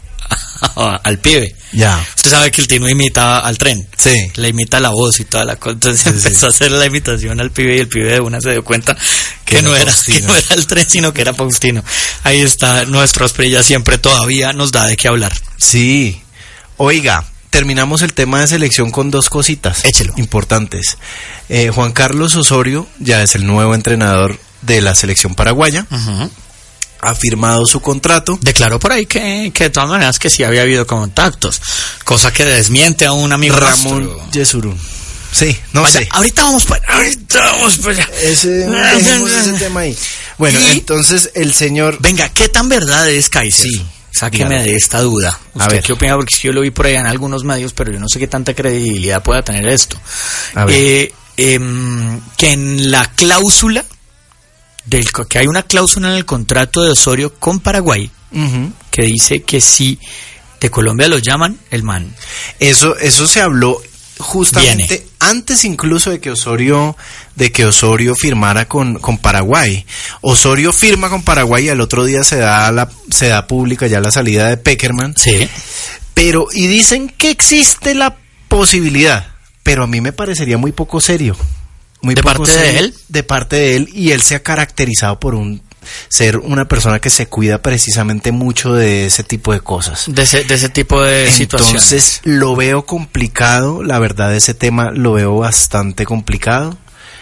al pibe. Ya. Usted sabe que el Tino imita al tren. Sí. Le imita la voz y toda la cosa. Entonces sí, empezó sí. a hacer la imitación al pibe y el pibe de una se dio cuenta que, que, no, era, que no era el tren, sino que era Faustino. Ahí está nuestro Asprilla, siempre todavía nos da de qué hablar. Sí. Oiga, terminamos el tema de selección con dos cositas. Échelo. Importantes. Eh, Juan Carlos Osorio ya es el nuevo entrenador de la selección paraguaya. Uh-huh. Ha firmado su contrato. Declaró por ahí que, que de todas maneras que sí había habido contactos, cosa que desmiente a un amigo Ramón Yesurún. Sí, no Vaya, sé. Ahorita vamos para ahorita vamos para allá. Ese, dejemos ese tema ahí. Bueno, y, entonces el señor... Venga, ¿qué tan verdad es Kaiser? Sí. Sáqueme de esta duda. ¿Usted a ver. qué opina? Porque yo lo vi por ahí en algunos medios, pero yo no sé qué tanta credibilidad pueda tener esto. A ver. Eh, eh, que en la cláusula del que hay una cláusula en el contrato de Osorio con Paraguay uh-huh. que dice que si de Colombia lo llaman, el man. Eso eso se habló justamente Viene. antes incluso de que Osorio de que Osorio firmara con, con Paraguay. Osorio firma con Paraguay y al otro día se da la se da pública ya la salida de Pekerman. Sí. Pero y dicen que existe la posibilidad, pero a mí me parecería muy poco serio. Muy ¿De poco parte serio, de él? De parte de él, y él se ha caracterizado por un ser una persona que se cuida precisamente mucho de ese tipo de cosas. De ese, de ese tipo de situaciones. Entonces lo veo complicado, la verdad ese tema lo veo bastante complicado.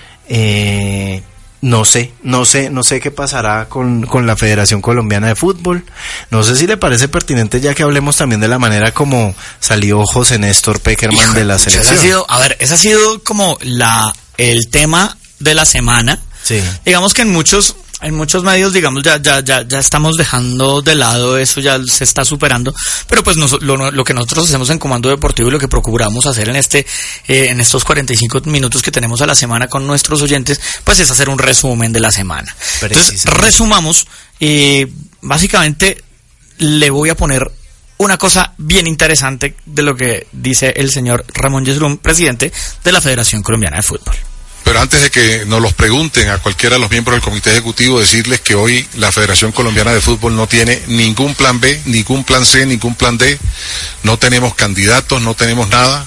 Eh, no sé, no sé, no sé qué pasará con, con la Federación Colombiana de Fútbol. No sé si le parece pertinente ya que hablemos también de la manera como salió José Néstor Pekerman Hijo, de la selección. Ha sido, a ver, ese ha sido como la el tema de la semana. Sí. Digamos que en muchos en muchos medios, digamos, ya ya ya ya estamos dejando de lado eso, ya se está superando, pero pues nos, lo, lo que nosotros hacemos en Comando Deportivo y lo que procuramos hacer en este eh, en estos cuarenta y cinco minutos que tenemos a la semana con nuestros oyentes, pues es hacer un resumen de la semana. Entonces, resumamos, eh, básicamente le voy a poner una cosa bien interesante de lo que dice el señor Ramón Yesurún, presidente de la Federación Colombiana de Fútbol. Pero antes de que nos los pregunten a cualquiera de los miembros del comité ejecutivo, decirles que hoy la Federación Colombiana de Fútbol no tiene ningún plan B, ningún plan C, ningún plan D. No tenemos candidatos, no tenemos nada.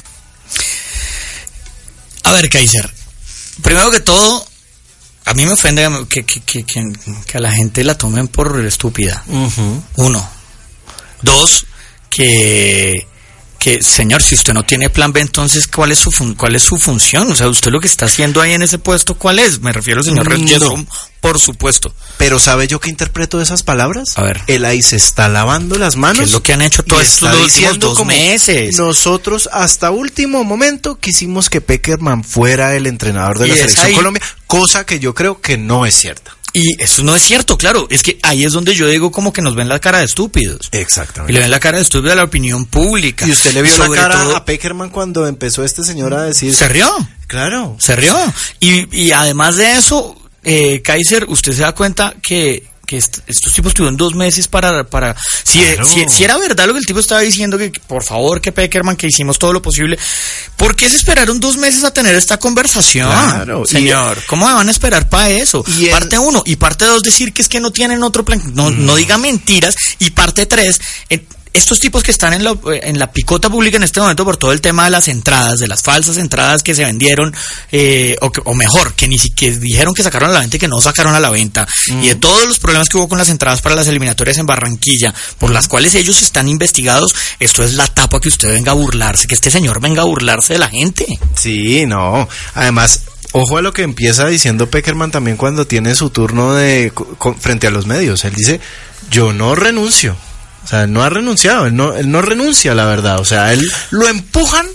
A ver, Kaiser, primero que todo, a mí me ofende que, que, que, que, que a la gente la tomen por estúpida. Uh-huh. Uno. Dos, que que, señor, si usted no tiene plan B, entonces, ¿cuál es su fun- cuál es su función? O sea, usted lo que está haciendo ahí en ese puesto, ¿cuál es? Me refiero al señor No. Yesom, por supuesto. Pero ¿sabe yo qué interpreto de esas palabras? A ver. Él ahí se está lavando las manos. ¿Qué es lo que han hecho y todos estos está últimos diciendo dos como, meses? Nosotros hasta último momento quisimos que Pekerman fuera el entrenador de Y la es selección ahí. Colombia, cosa que yo creo que no es cierta. Y eso no es cierto, claro. Es que ahí es donde yo digo como que nos ven la cara de estúpidos. Exactamente. Y le ven la cara de estúpidos a la opinión pública. Y usted le vio la Sobre cara todo- a Pekerman cuando empezó este señor a decir... ¿Se rió? Claro. Se rió. Y, y además de eso, eh, Kaiser, usted se da cuenta que, que est- estos tipos tuvieron dos meses para... para si, Claro. si, si era verdad lo que el tipo estaba diciendo, que por favor, que Pekerman, que hicimos todo lo posible, ¿por qué se esperaron dos meses a tener esta conversación? Claro. Señor, ¿cómo me van a esperar para eso? Y el- Parte uno. Y parte dos, decir que es que no tienen otro plan. No, Mm. no diga mentiras. Y parte tres... eh, estos tipos que están en la, en la picota pública en este momento por todo el tema de las entradas, de las falsas entradas que se vendieron, eh, o, que, o mejor, que ni siquiera dijeron que sacaron a la venta y que no sacaron a la venta, Mm. y de todos los problemas que hubo con las entradas para las eliminatorias en Barranquilla, por las cuales ellos están investigados, esto es la tapa que usted venga a burlarse, que este señor venga a burlarse de la gente. Sí, no. Además, ojo a lo que empieza diciendo Pekerman también cuando tiene su turno de con- frente a los medios. Él dice, yo no renuncio. O sea, él no ha renunciado, él no, él no renuncia, la verdad. O sea, él lo empujan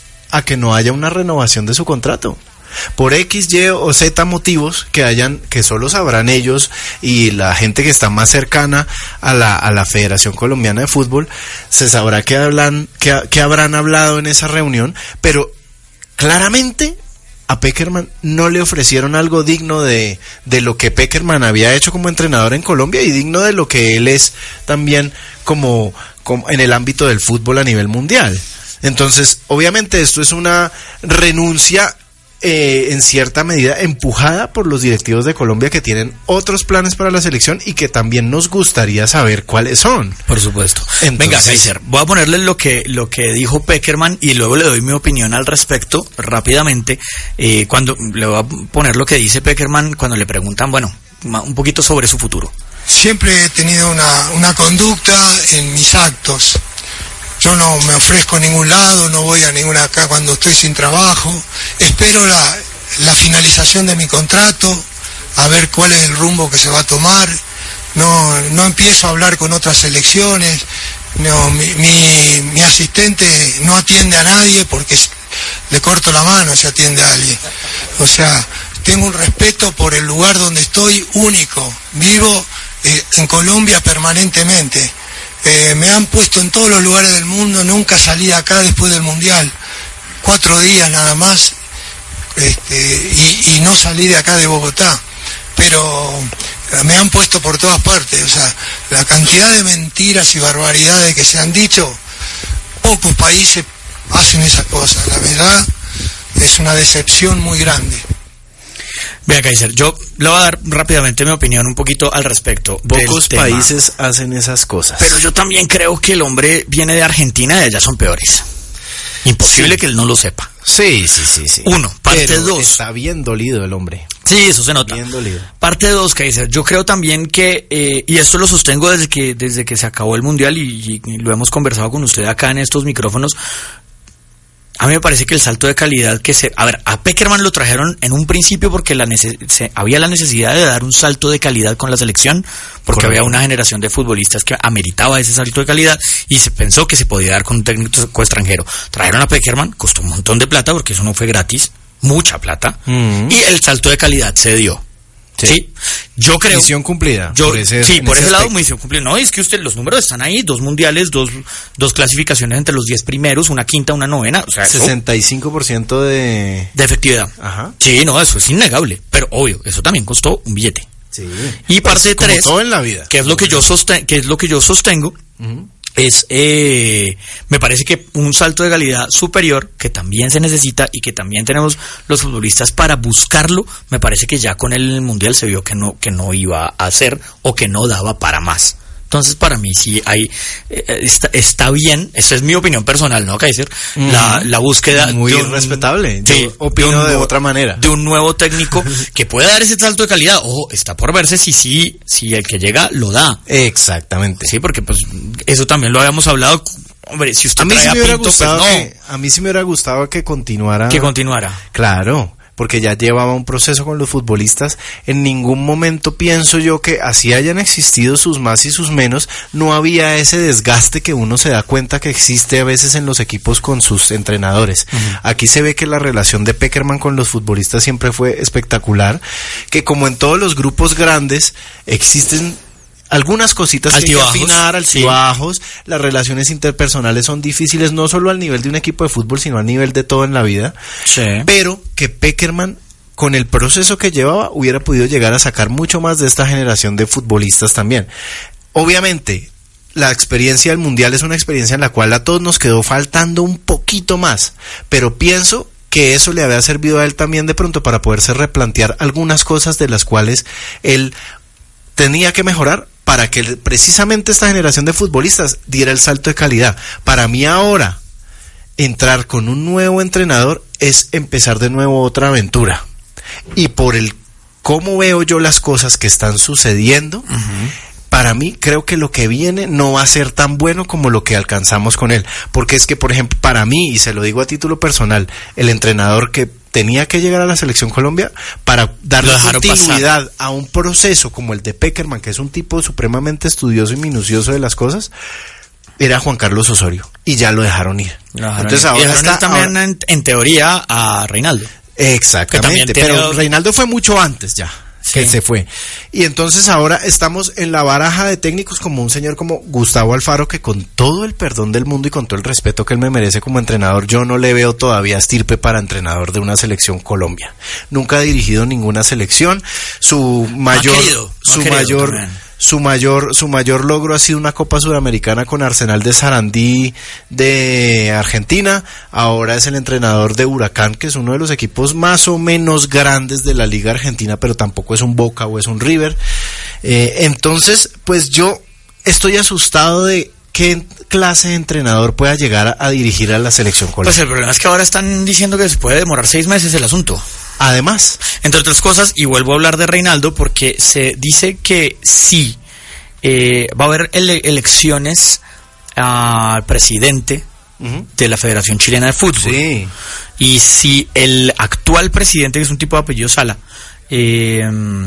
a que no haya una renovación de su contrato. Por X, Y o Z motivos que hayan, que solo sabrán ellos y la gente que está más cercana a la, a la Federación Colombiana de Fútbol, se sabrá que hablan, que, ha- que habrán hablado en esa reunión, pero claramente a Pekerman no le ofrecieron algo digno de, de lo que Pekerman había hecho como entrenador en Colombia y digno de lo que él es también como, como en el ámbito del fútbol a nivel mundial. Entonces, obviamente esto es una renuncia eh, en cierta medida empujada por los directivos de Colombia, que tienen otros planes para la selección y que también nos gustaría saber cuáles son. Por supuesto. Entonces- Venga, Kaiser, voy a ponerle lo que lo que dijo Pekerman y luego le doy mi opinión al respecto rápidamente. Eh, cuando le voy a poner lo que dice Pekerman cuando le preguntan, bueno, ma- un poquito sobre su futuro. Siempre he tenido una, una conducta en mis actos. Yo no me ofrezco a ningún lado, no voy a ninguna acá cuando estoy sin trabajo. Espero la, la finalización de mi contrato, a ver cuál es el rumbo que se va a tomar. No, no empiezo a hablar con otras selecciones. No, mi, mi, mi asistente no atiende a nadie porque s- le corto la mano si atiende a alguien. O sea, tengo un respeto por el lugar donde estoy único. Vivo eh, en Colombia permanentemente. Eh, me han puesto en todos los lugares del mundo, nunca salí de acá después del Mundial. Cuatro días nada más, este, y, y no salí de acá de Bogotá. Pero me han puesto por todas partes. O sea, la cantidad de mentiras y barbaridades que se han dicho, pocos países hacen esas cosas. La verdad, es una decepción muy grande. Vea, Kaiser, yo le voy a dar rápidamente mi opinión un poquito al respecto. Pocos del tema. países hacen esas cosas. Pero yo también creo que el hombre viene de Argentina y allá son peores. Imposible Sí. que él no lo sepa. Sí, sí, sí, sí. Uno, parte Pero dos. Está bien dolido el hombre. Sí, eso se nota. Bien dolido. Parte dos, Kaiser. Yo creo también que, eh, y esto lo sostengo desde que, desde que se acabó el Mundial y, y lo hemos conversado con usted acá en estos micrófonos. A mí me parece que el salto de calidad que se... A ver, a Pekerman lo trajeron en un principio porque la nece- se, había la necesidad de dar un salto de calidad con la selección, porque Correcto. había una generación de futbolistas que ameritaba ese salto de calidad y se pensó que se podía dar con un técnico extranjero. Trajeron a Pekerman, costó un montón de plata porque eso no fue gratis, mucha plata, Mm. y el salto de calidad se dio. Sí. Sí. Yo creo... Misión cumplida. Yo, por ese- sí, en por ese ese lado, aspecto. misión cumplida. No, es que usted, los números están ahí, dos mundiales, dos, dos clasificaciones entre los diez primeros, una quinta, una novena, o sea, eso, sesenta y cinco por ciento de... de efectividad. Ajá. Sí, no, eso es innegable, pero obvio, eso también costó un billete. Sí. Y parte Como tres, todo en la vida. que es lo que yo sosten, que es lo que yo sostengo, Ujú. es, eh, me parece que un salto de calidad superior, que también se necesita y que también tenemos los futbolistas para buscarlo, me parece que ya con el Mundial se vio que no, que no iba a hacer o que no daba para más. Entonces, para mí sí hay, eh, está, está bien, esa es mi opinión personal, ¿no, Kaiser? Mm. La, la búsqueda Muy de un- respetable. Yo sí, opino un de nuevo- otra manera. de un nuevo técnico que puede dar ese salto de calidad. Ojo, está por verse si sí, si el que llega lo da. Exactamente. Sí, porque pues eso también lo habíamos hablado hombre, si usted a mí trae sí a me hubiera Pinto, gustado pues no. que, a mí sí me hubiera gustado que continuara. Que continuara. Claro, porque ya llevaba un proceso con los futbolistas. En ningún momento pienso yo que así hayan existido sus más y sus menos, no había ese desgaste que uno se da cuenta que existe a veces en los equipos con sus entrenadores. Uh-huh. Aquí se ve que la relación de Pekerman con los futbolistas siempre fue espectacular, que como en todos los grupos grandes existen algunas cositas altibajos, que hay que afinar, altibajos, sí. Las relaciones interpersonales son difíciles, no solo al nivel de un equipo de fútbol, sino a nivel de todo en la vida. Sí. Pero que Pekerman, con el proceso que llevaba, hubiera podido llegar a sacar mucho más de esta generación de futbolistas también. Obviamente, la experiencia del Mundial es una experiencia en la cual a todos nos quedó faltando un poquito más, pero pienso que eso le había servido a él también de pronto para poderse replantear algunas cosas de las cuales él tenía que mejorar para que precisamente esta generación de futbolistas diera el salto de calidad. Para mí ahora, entrar con un nuevo entrenador es empezar de nuevo otra aventura. Y por el cómo veo yo las cosas que están sucediendo, uh-huh. Para mí creo que lo que viene no va a ser tan bueno como lo que alcanzamos con él. Porque es que, por ejemplo, para mí, y se lo digo a título personal, el entrenador que tenía que llegar a la Selección Colombia para darle continuidad pasar. a un proceso como el de Pekerman, que es un tipo supremamente estudioso y minucioso de las cosas, era Juan Carlos Osorio, y ya lo dejaron ir. Lo dejaron Entonces ir. ahora y dejaron está también ahora, en, en teoría a Reinaldo. Exactamente, pero tiene... Reinaldo fue mucho antes ya. Que sí. se fue. Y entonces ahora estamos en la baraja de técnicos como un señor como Gustavo Alfaro, que con todo el perdón del mundo y con todo el respeto que él me merece como entrenador, yo no le veo todavía estirpe para entrenador de una selección Colombia. Nunca ha dirigido ninguna selección. Su mayor, no querido, no su mayor, también. Su mayor, su mayor logro ha sido una Copa Sudamericana con Arsenal de Sarandí de Argentina. Ahora es el entrenador de Huracán, que es uno de los equipos más o menos grandes de la Liga Argentina, pero tampoco es un Boca o es un River. Eh, entonces, pues yo estoy asustado de qué clase de entrenador pueda llegar a, a dirigir a la selección colombiana. Pues el problema es que ahora están diciendo que se puede demorar seis meses el asunto. Además, entre otras cosas, y vuelvo a hablar de Reinaldo porque se dice que sí eh, va a haber ele- elecciones al presidente uh-huh. de la Federación Chilena de Fútbol. Sí. Y si el actual presidente, que es un tipo de apellido Sala, eh,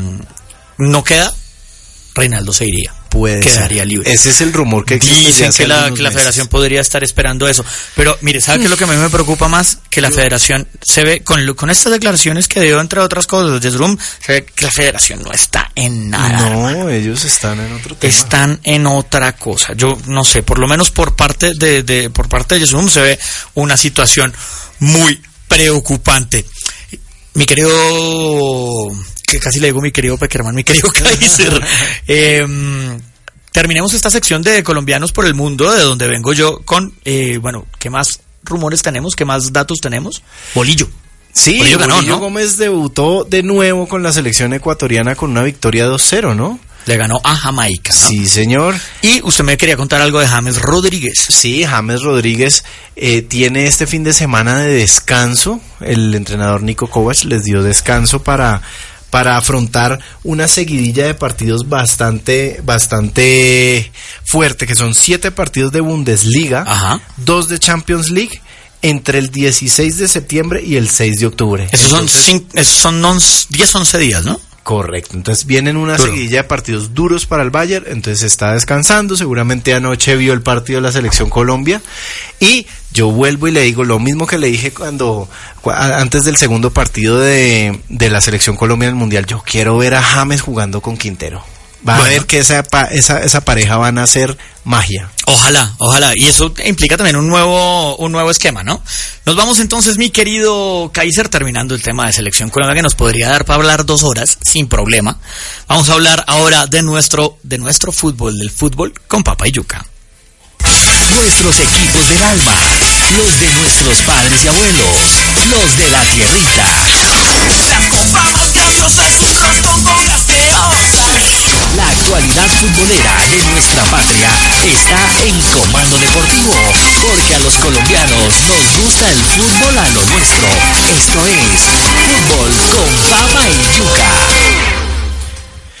no queda, Reinaldo se iría. Puede quedaría ser. libre. Ese es el rumor que existe. Dicen que la, que la federación podría estar esperando eso. Pero mire, ¿sabe qué es lo que a mí me preocupa más? Que la federación se ve, con, lo, con estas declaraciones que dio, entre otras cosas, de Rum, se ve que la federación no está en nada. No, hermano. ellos están en otro tema. Están en otra cosa. Yo no sé, por lo menos por parte de, de por parte de Rum se ve una situación muy preocupante. Mi querido, que casi le digo mi querido Pekerman, mi querido Kaiser, eh, terminemos esta sección de colombianos por el mundo, de donde vengo yo, con, eh, bueno, ¿qué más rumores tenemos? ¿Qué más datos tenemos? Bolillo. Sí, Bolillo, ganó, Bolillo ¿no? Gómez debutó de nuevo con la selección ecuatoriana con una victoria dos cero, ¿no? Le ganó a Jamaica, ¿no? Sí, señor. Y usted me quería contar algo de James Rodríguez. Sí, James Rodríguez eh, tiene este fin de semana de descanso. El entrenador Niko Kovac les dio descanso para, para afrontar una seguidilla de partidos bastante, bastante fuerte, que son siete partidos de Bundesliga, Ajá. dos de Champions League, entre el dieciséis de septiembre y el seis de octubre. Esos son, cinco, esos son diez, once días, ¿no? Correcto, entonces vienen una Duro. seguidilla de partidos duros para el Bayern, entonces está descansando, seguramente anoche vio el partido de la Selección Colombia, y yo vuelvo y le digo lo mismo que le dije cuando antes del segundo partido de, de la Selección Colombia en el Mundial. Yo quiero ver a James jugando con Quintero. Va bueno. a ver que esa, esa, esa pareja van a hacer magia. Ojalá, ojalá. Y eso implica también un nuevo, un nuevo esquema, ¿no? Nos vamos entonces, mi querido Kaiser, terminando el tema de Selección Colombia, que nos podría dar para hablar dos horas, sin problema. Vamos a hablar ahora de nuestro, de nuestro fútbol, del fútbol con papa y yuca. Nuestros equipos del alma, los de nuestros padres y abuelos, los de la tierrita. La copa más grandiosa es un rostro con gaseosa. La actualidad futbolera de nuestra patria está en Comando Deportivo, porque a los colombianos nos gusta el fútbol a lo nuestro. Esto es Fútbol con Papa y Yuca.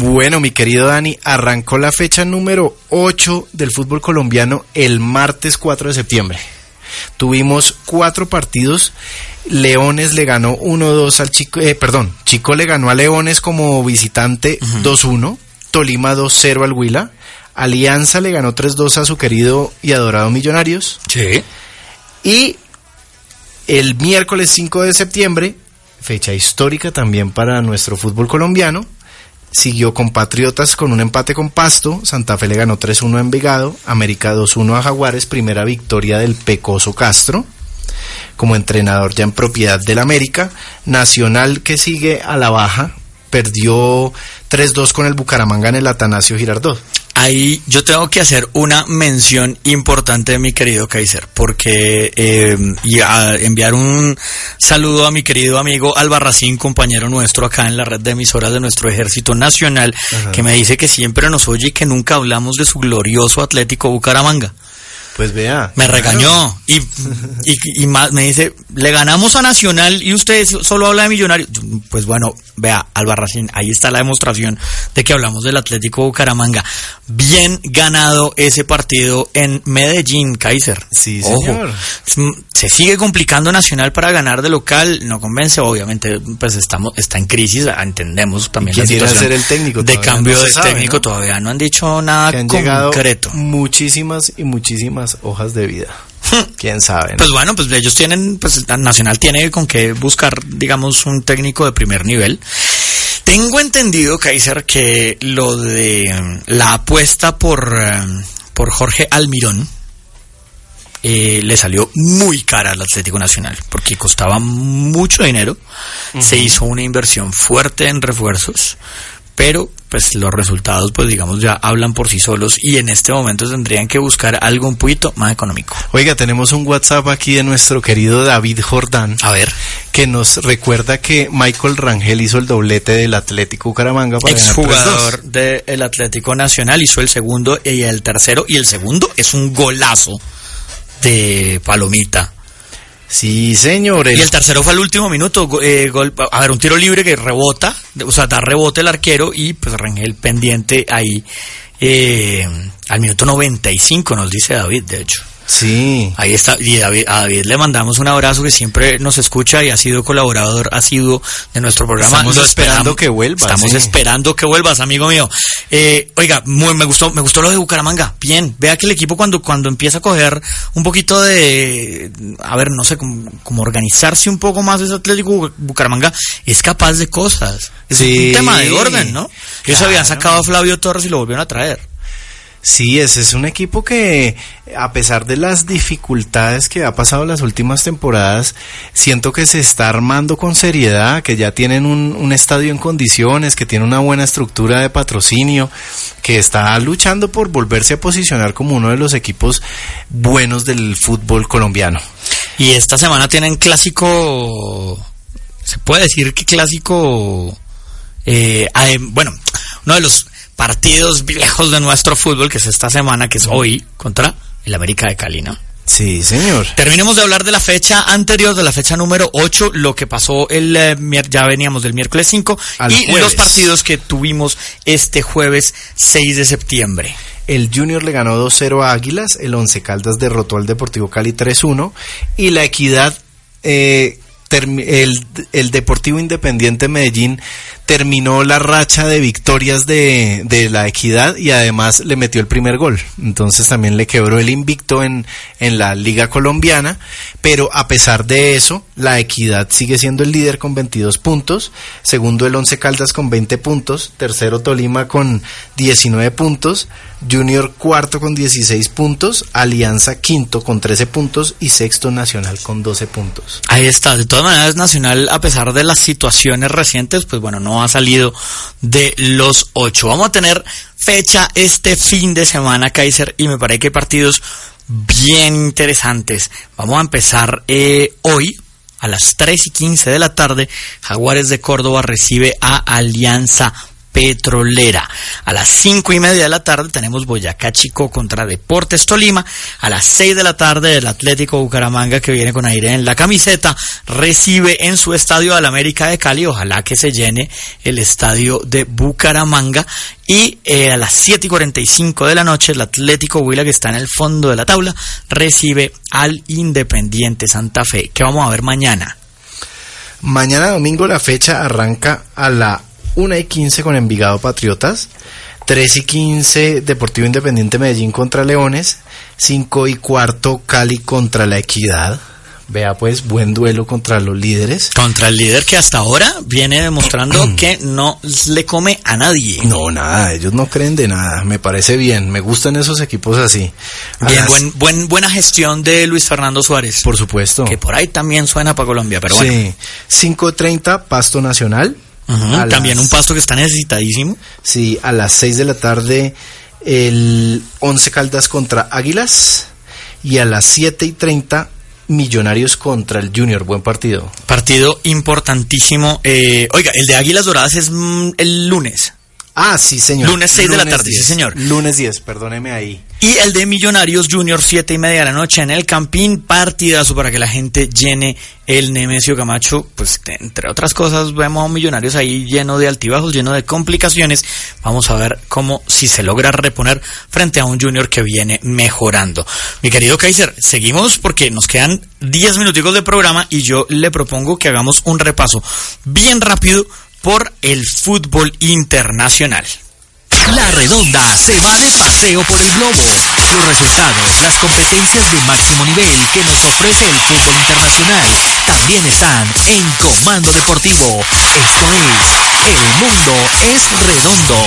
Bueno, mi querido Dani, arrancó la fecha número ocho del fútbol colombiano el martes cuatro de septiembre. Tuvimos cuatro partidos. Leones le ganó uno dos al Chico, eh, perdón, Chico le ganó a Leones como visitante uh-huh. dos uno, Tolima dos cero al Huila, Alianza le ganó tres dos a su querido y adorado Millonarios. Sí. Y el miércoles cinco de septiembre, fecha histórica también para nuestro fútbol colombiano, siguió con Patriotas con un empate con Pasto, Santa Fe le ganó tres uno a Envigado, América dos uno a Jaguares, primera victoria del Pecoso Castro, como entrenador ya en propiedad del América. Nacional, que sigue a la baja, perdió tres dos con el Bucaramanga en el Atanasio Girardot. Ahí yo tengo que hacer una mención importante de mi querido Kaiser, porque eh, y a enviar un saludo a mi querido amigo Albarracín, compañero nuestro acá en la red de emisoras de nuestro Ejército Nacional, ajá, que me dice que siempre nos oye y que nunca hablamos de su glorioso Atlético Bucaramanga. Pues vea. Me regañó y, y, y más me dice, le ganamos a Nacional y usted solo habla de Millonarios. Pues bueno, vea, Albarracín, ahí está la demostración de que hablamos del Atlético Bucaramanga. Bien ganado ese partido en Medellín, Kaiser. Sí, señor. Ojo, se sigue complicando Nacional para ganar de local, no convence, obviamente, pues estamos está en crisis, entendemos también la situación ser el técnico, de cambio no de sabe, técnico, ¿no? Todavía no han dicho nada que han concreto. Muchísimas y muchísimas hojas de vida. ¿Quién sabe? ¿no? Pues bueno, pues ellos tienen, pues Nacional tiene con qué buscar, digamos, un técnico de primer nivel. Tengo entendido, Kaiser, que lo de la apuesta por, por Jorge Almirón eh, le salió muy cara al Atlético Nacional, porque costaba mucho dinero, uh-huh. Se hizo una inversión fuerte en refuerzos, pero pues los resultados, pues digamos, ya hablan por sí solos y en este momento tendrían que buscar algo un poquito más económico. Oiga, tenemos un WhatsApp aquí de nuestro querido David Jordán. A ver. Que nos recuerda que Michael Rangel hizo el doblete del Atlético Bucaramanga para exjugador del Atlético Nacional, hizo el segundo y el tercero, y el segundo es un golazo de Palomita. Sí, señores. Y el tercero fue al último minuto, eh, gol, a ver, un tiro libre que rebota, o sea, da rebote el arquero y pues Rangel pendiente ahí eh, al minuto noventa y cinco, nos dice David, de hecho. Sí. Ahí está, y David, a David le mandamos un abrazo, que siempre nos escucha y ha sido colaborador asiduo de nuestro programa. Estamos Lo esperando que vuelvas. Estamos sí. esperando que vuelvas, amigo mío. Eh, oiga, muy, me gustó, me gustó lo de Bucaramanga. Bien, vea que el equipo cuando, cuando empieza a coger un poquito de, a ver, no sé, como, como organizarse un poco más ese Atlético Bucaramanga, es capaz de cosas. Es sí. un tema de orden, ¿no? Ellos claro. habían sacado a Flavio Torres y lo volvieron a traer. Sí, ese es un equipo que, a pesar de las dificultades que ha pasado las últimas temporadas, siento que se está armando con seriedad, que ya tienen un, un estadio en condiciones, que tiene una buena estructura de patrocinio, que está luchando por volverse a posicionar como uno de los equipos buenos del fútbol colombiano. Y esta semana tienen clásico, se puede decir que clásico, eh, bueno, uno de los partidos viejos de nuestro fútbol, que es esta semana, que es hoy, contra el América de Cali, ¿no? Sí, señor. Terminemos de hablar de la fecha anterior, de la fecha número ocho, lo que pasó el, eh, ya veníamos del miércoles cinco, Al y jueves. Los partidos que tuvimos este jueves seis de septiembre. El Junior le ganó dos cero a Águilas, el Once Caldas derrotó al Deportivo Cali tres uno, y la Equidad, eh, el, el Deportivo Independiente Medellín terminó la racha de victorias de, de la Equidad y además le metió el primer gol, entonces también le quebró el invicto en, en la Liga Colombiana, pero a pesar de eso, la Equidad sigue siendo el líder con veintidós puntos, segundo el Once Caldas con veinte puntos, tercero Tolima con diecinueve puntos, Junior cuarto con dieciséis puntos, Alianza quinto con trece puntos y sexto Nacional con doce puntos. Ahí está, de todas maneras Nacional, a pesar de las situaciones recientes, pues bueno, no ha salido de los ocho. Vamos a tener fecha este fin de semana, Kaiser, y me parece que hay partidos bien interesantes. Vamos a empezar eh, hoy a las tres y quince de la tarde. Jaguares de Córdoba recibe a Alianza Petrolera. A las cinco y media de la tarde tenemos Boyacá Chico contra Deportes Tolima. A las seis de la tarde el Atlético Bucaramanga, que viene con aire en la camiseta, recibe en su estadio al América de Cali. Ojalá que se llene el estadio de Bucaramanga. Y eh, a las siete y cuarenta y cinco de la noche el Atlético Huila, que está en el fondo de la tabla, recibe al Independiente Santa Fe. ¿Qué vamos a ver mañana? Mañana domingo la fecha arranca a la una y quince con Envigado Patriotas, tres y quince Deportivo Independiente Medellín contra Leones, cinco y cuarto Cali contra La Equidad. Vea pues, buen duelo contra los líderes. Contra el líder que hasta ahora viene demostrando que no le come a nadie. No, nada, ellos no creen de nada. Me parece bien, me gustan esos equipos así. A Bien, las... buen, buen, buena gestión de Luis Fernando Suárez. Por supuesto. Que por ahí también suena para Colombia, pero bueno. Sí, cinco treinta Pasto Nacional. Uh-huh, también las... un Pasto que está necesitadísimo. Sí, a las seis de la tarde el Once Caldas contra Águilas. Y a las siete y treinta Millonarios contra el Junior. Buen partido. Partido importantísimo. Eh, oiga, el de Águilas Doradas es mm, el lunes. Ah, sí, señor. Lunes seis de la tarde, diez. Sí, señor. Lunes diez, perdóneme ahí. Y el de Millonarios Junior, siete y media de la noche en el Campín. Partidazo para que la gente llene el Nemesio Camacho. Pues, entre otras cosas, vemos a un Millonarios ahí lleno de altibajos, lleno de complicaciones. Vamos a ver cómo, si se logra reponer frente a un Junior que viene mejorando. Mi querido Kaiser, seguimos porque nos quedan diez minuticos de programa y yo le propongo que hagamos un repaso bien rápido por el fútbol internacional. La Redonda se va de paseo por el globo. Los resultados, las competencias de máximo nivel que nos ofrece el fútbol internacional también están en Comando Deportivo. Esto es El Mundo es Redondo.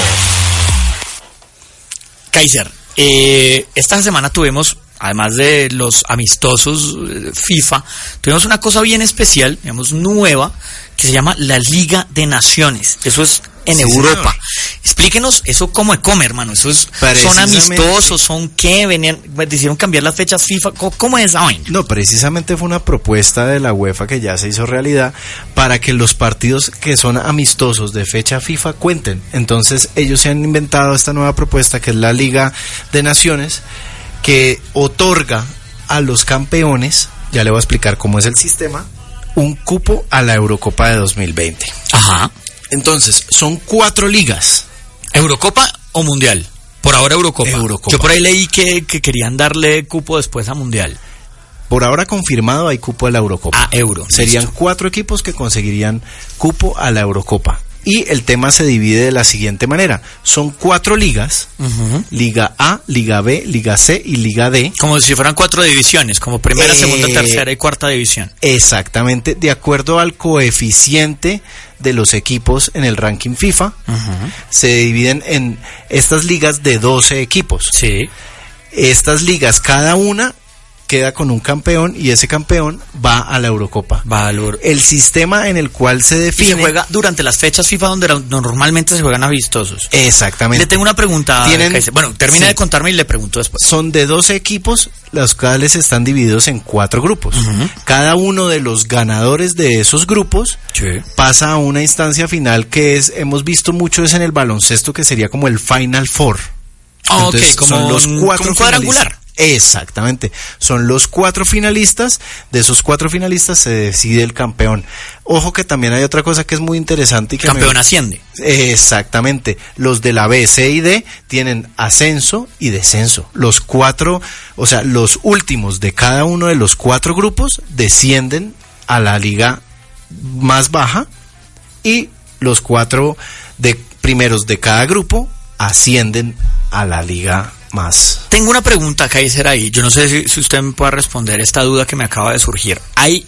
Kaiser, eh, esta semana tuvimos, además de los amistosos FIFA, tuvimos una cosa bien especial, digamos, nueva, que se llama la Liga de Naciones. Eso es en sí, Europa. Señor. Explíquenos eso cómo es come, hermano. Eso es, son amistosos, son qué, venían, decidieron cambiar las fechas FIFA. ¿Cómo, cómo es hoy? No, precisamente fue una propuesta de la UEFA que ya se hizo realidad para que los partidos que son amistosos de fecha FIFA cuenten. Entonces ellos se han inventado esta nueva propuesta que es la Liga de Naciones, que otorga a los campeones, ya le voy a explicar cómo es el sistema, un cupo a la Eurocopa de dos mil veinte. Ajá. Entonces, son cuatro ligas. ¿Eurocopa o Mundial? Por ahora Eurocopa. Eurocopa. Yo por ahí leí que, que querían darle cupo después a Mundial. Por ahora confirmado hay cupo a la Eurocopa. Ah, Euro. Serían listo. Cuatro equipos que conseguirían cupo a la Eurocopa. Y el tema se divide de la siguiente manera. Son cuatro ligas, uh-huh. Liga A, Liga B, Liga C y Liga D. Como si fueran cuatro divisiones, como primera, eh, segunda, tercera y cuarta división. Exactamente, de acuerdo al coeficiente de los equipos en el ranking FIFA, uh-huh. Se dividen en estas ligas de doce equipos. Sí. Estas ligas, cada una queda con un campeón y ese campeón va a la Eurocopa. Va al Euro. El sistema en el cual se define... Y se juega durante las fechas FIFA donde normalmente se juegan amistosos. Exactamente. Le tengo una pregunta. ¿Tienen... Bueno, termina sí. de contarme y le pregunto después. Son de doce equipos, los cuales están divididos en cuatro grupos. Uh-huh. Cada uno de los ganadores de esos grupos sí. pasa a una instancia final que es, hemos visto mucho es en el baloncesto, que sería como el Final Four. Oh, Entonces, okay, como son los cuatro como cuadrangular. Exactamente, son los cuatro finalistas, de esos cuatro finalistas se decide el campeón. Ojo que también hay otra cosa que es muy interesante y que campeón me... asciende. Exactamente, los de la B, C y D tienen ascenso y descenso. Los cuatro, o sea, los últimos de cada uno de los cuatro grupos descienden a la liga más baja y los cuatro de primeros de cada grupo ascienden a la liga más. Tengo una pregunta, Kaiser, ahí. Yo no sé si, si usted me puede responder esta duda que me acaba de surgir. Hay,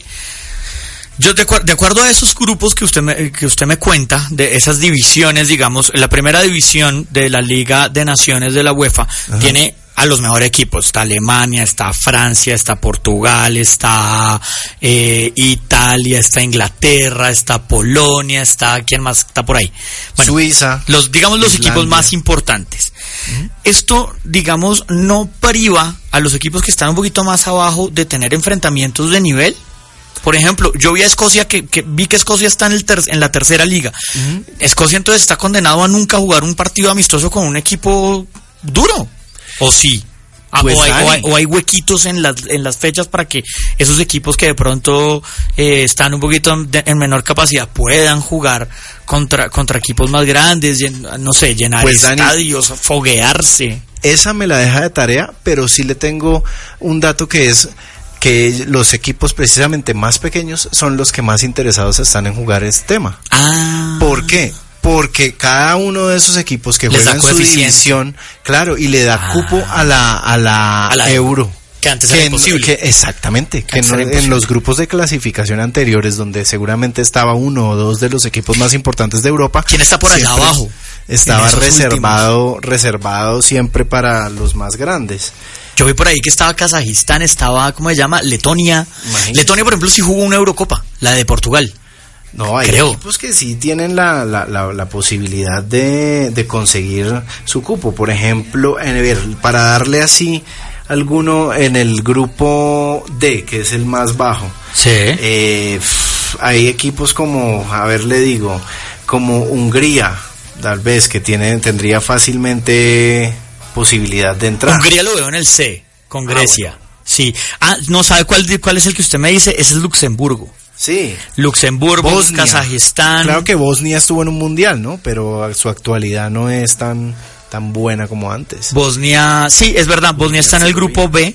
yo de, de acuerdo a esos grupos que usted me, que usted me cuenta, de esas divisiones, digamos, la primera división de la Liga de Naciones de la UEFA Ajá. tiene a los mejores equipos. Está Alemania, está Francia, está Portugal, está eh, Italia, está Inglaterra, está Polonia, está ¿quién más está por ahí? Bueno, Suiza. Los digamos los Islandia. equipos más importantes. Uh-huh. Esto, digamos, no priva a los equipos que están un poquito más abajo de tener enfrentamientos de nivel. Por ejemplo, yo vi a Escocia, que, que vi que Escocia está en, el ter, en la tercera liga. Uh-huh. Escocia entonces está condenado a nunca jugar un partido amistoso con un equipo duro, ¿o sí? Ah, pues o, hay, o, hay, o hay huequitos en las en las fechas para que esos equipos que de pronto eh, están un poquito en, en menor capacidad puedan jugar contra contra equipos más grandes, llen, no sé, llenar pues, estadios, Dani, foguearse. Esa me la deja de tarea, pero sí le tengo un dato que es que los equipos precisamente más pequeños son los que más interesados están en jugar este tema. Ah. ¿Por qué? Porque cada uno de esos equipos que juegan su división, claro, y le da ah, cupo a la a la, a la Euro. Que antes era imposible. Que, exactamente, que, que no, en los grupos de clasificación anteriores, donde seguramente estaba uno o dos de los equipos más importantes de Europa. ¿Quién está por allá abajo? Estaba reservado, últimos. reservado siempre para los más grandes. Yo vi por ahí que estaba Kazajistán, estaba, ¿cómo se llama? Letonia. Imagínate. Letonia, por ejemplo, sí jugó una Eurocopa, la de Portugal. No, hay Creo. equipos que sí tienen la, la, la, la posibilidad de, de conseguir su cupo. Por ejemplo, en, ver, para darle así alguno en el grupo D, que es el más bajo. Sí. Eh, hay equipos como, a ver, le digo, como Hungría, tal vez, que tiene, tendría fácilmente posibilidad de entrar. Hungría lo veo en el C, con Grecia. Ah, bueno. Sí. Ah, no sabe cuál, cuál es el que usted me dice, ese es Luxemburgo. Sí. Luxemburgo, Bosnia. Kazajistán. Claro que Bosnia estuvo en un mundial, ¿no? Pero su actualidad no es tan tan buena como antes. Bosnia, sí, es verdad, Bosnia, Bosnia está en el grupo B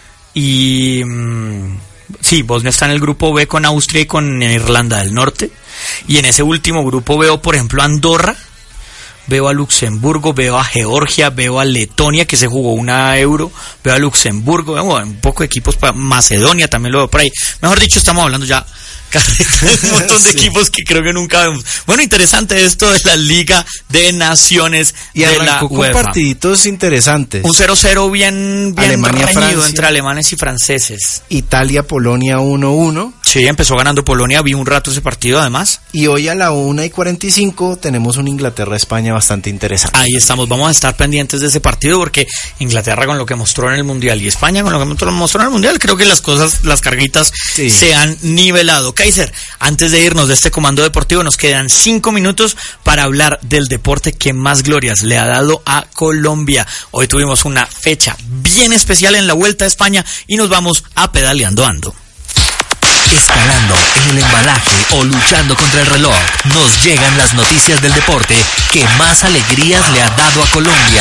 y mmm, sí, Bosnia está en el grupo B con Austria y con Irlanda del Norte. Y en ese último grupo veo, por ejemplo, a Andorra, veo a Luxemburgo, veo a Georgia, veo a Letonia, que se jugó una Euro, veo a Luxemburgo, veo un poco de equipos para Macedonia, también lo veo por ahí. Mejor dicho, estamos hablando ya un montón de sí. equipos que creo que nunca vemos. Bueno, interesante esto de la Liga de Naciones y de la con UEFA. Partiditos interesantes. Un cero cero bien, bien Alemania, reñido Francia, entre alemanes y franceses. Italia, Polonia uno uno. Sí, empezó ganando Polonia, vi un rato ese partido además. Y hoy a la una y cuarenta y cinco tenemos un Inglaterra-España bastante interesante. Ahí estamos, vamos a estar pendientes de ese partido porque Inglaterra con lo que mostró en el Mundial y España con lo que mostró en el Mundial, creo que las cosas, las carguitas sí. se han nivelado. Kaiser, antes de irnos de este comando deportivo, nos quedan cinco minutos para hablar del deporte que más glorias le ha dado a Colombia. Hoy tuvimos una fecha bien especial en la Vuelta a España y nos vamos a Pedaleando Ando. Escalando en el embalaje o luchando contra el reloj, nos llegan las noticias del deporte que más alegrías le ha dado a Colombia.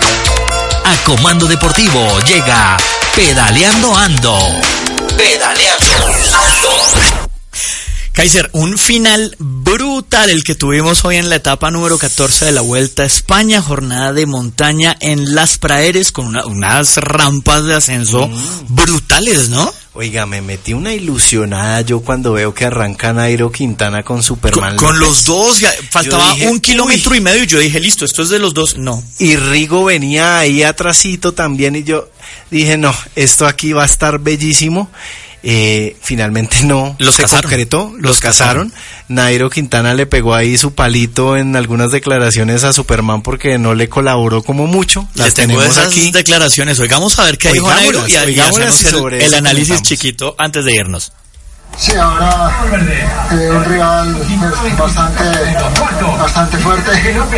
A Comando Deportivo llega Pedaleando Ando. Pedaleando Ando. Kaiser, un final brutal el que tuvimos hoy en la etapa número catorce de la Vuelta a España, jornada de montaña en Las Praeres con una, unas rampas de ascenso mm. brutales, ¿no? Oiga, me metí una ilusionada yo cuando veo que arranca Nairo Quintana con Superman. Con, con los dos, ya, faltaba dije, un kilómetro uy. y medio y yo dije, listo, esto es de los dos, no. Y Rigo venía ahí atrasito también y yo dije, no, esto aquí va a estar bellísimo. Eh, finalmente no los se casaron. concretó, los, los casaron. casaron. Nairo Quintana le pegó ahí su palito en algunas declaraciones a Superman porque no le colaboró como mucho. Las tenemos esas aquí. declaraciones. Oigamos a ver qué dijo Nairo y, y hacemos el, el análisis chiquito antes de irnos. Sí, ahora eh, un rival pues, bastante, bastante fuerte y bueno,